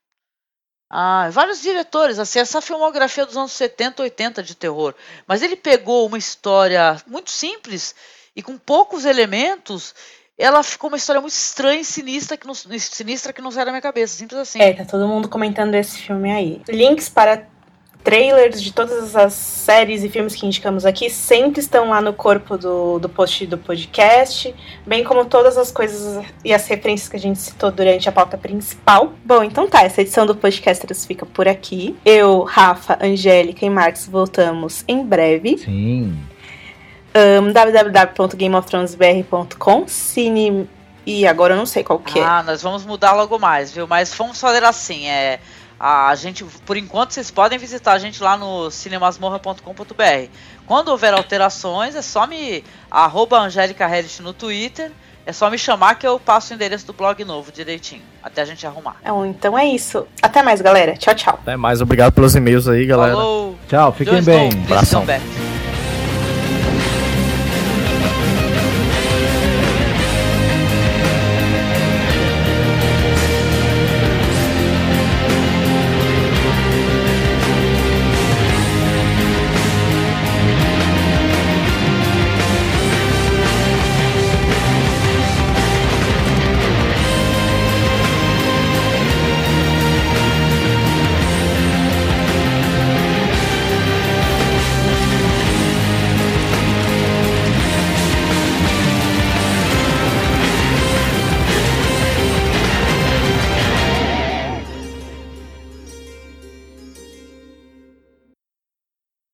[SPEAKER 3] Ah, vários diretores, assim, essa filmografia dos anos setenta, oitenta de terror. Mas ele pegou uma história muito simples e com poucos elementos, ela ficou uma história muito estranha e sinistra que não, sinistra que não sai da minha cabeça, simples assim.
[SPEAKER 1] É, tá todo mundo comentando esse filme aí. Links para trailers de todas as séries e filmes que indicamos aqui sempre estão lá no corpo do, do post do podcast, bem como todas as coisas e as referências que a gente citou durante a pauta principal. Bom, então tá, essa edição do Podcasters fica por aqui. Eu, Rafa, Angélica e Marcos voltamos em breve.
[SPEAKER 4] Sim.
[SPEAKER 1] Um, w w w ponto game of thrones b r ponto com, cine... E agora eu não sei qual que é.
[SPEAKER 3] Ah, nós vamos mudar logo mais, viu? Mas vamos fazer assim, é... A gente, por enquanto, vocês podem visitar a gente lá no cinemasmorra ponto com ponto b r. Quando houver alterações, é só me... arroba Angélica Hellish no Twitter. É só me chamar que eu passo o endereço do blog novo direitinho. Até a gente arrumar.
[SPEAKER 1] Então é isso. Até mais, galera. Tchau, tchau.
[SPEAKER 2] Até mais. Obrigado pelos e-mails aí, galera.
[SPEAKER 3] Falou!
[SPEAKER 4] Tchau, fiquem
[SPEAKER 3] Just
[SPEAKER 4] bem.
[SPEAKER 3] don't, please
[SPEAKER 2] Abração.
[SPEAKER 3] come back.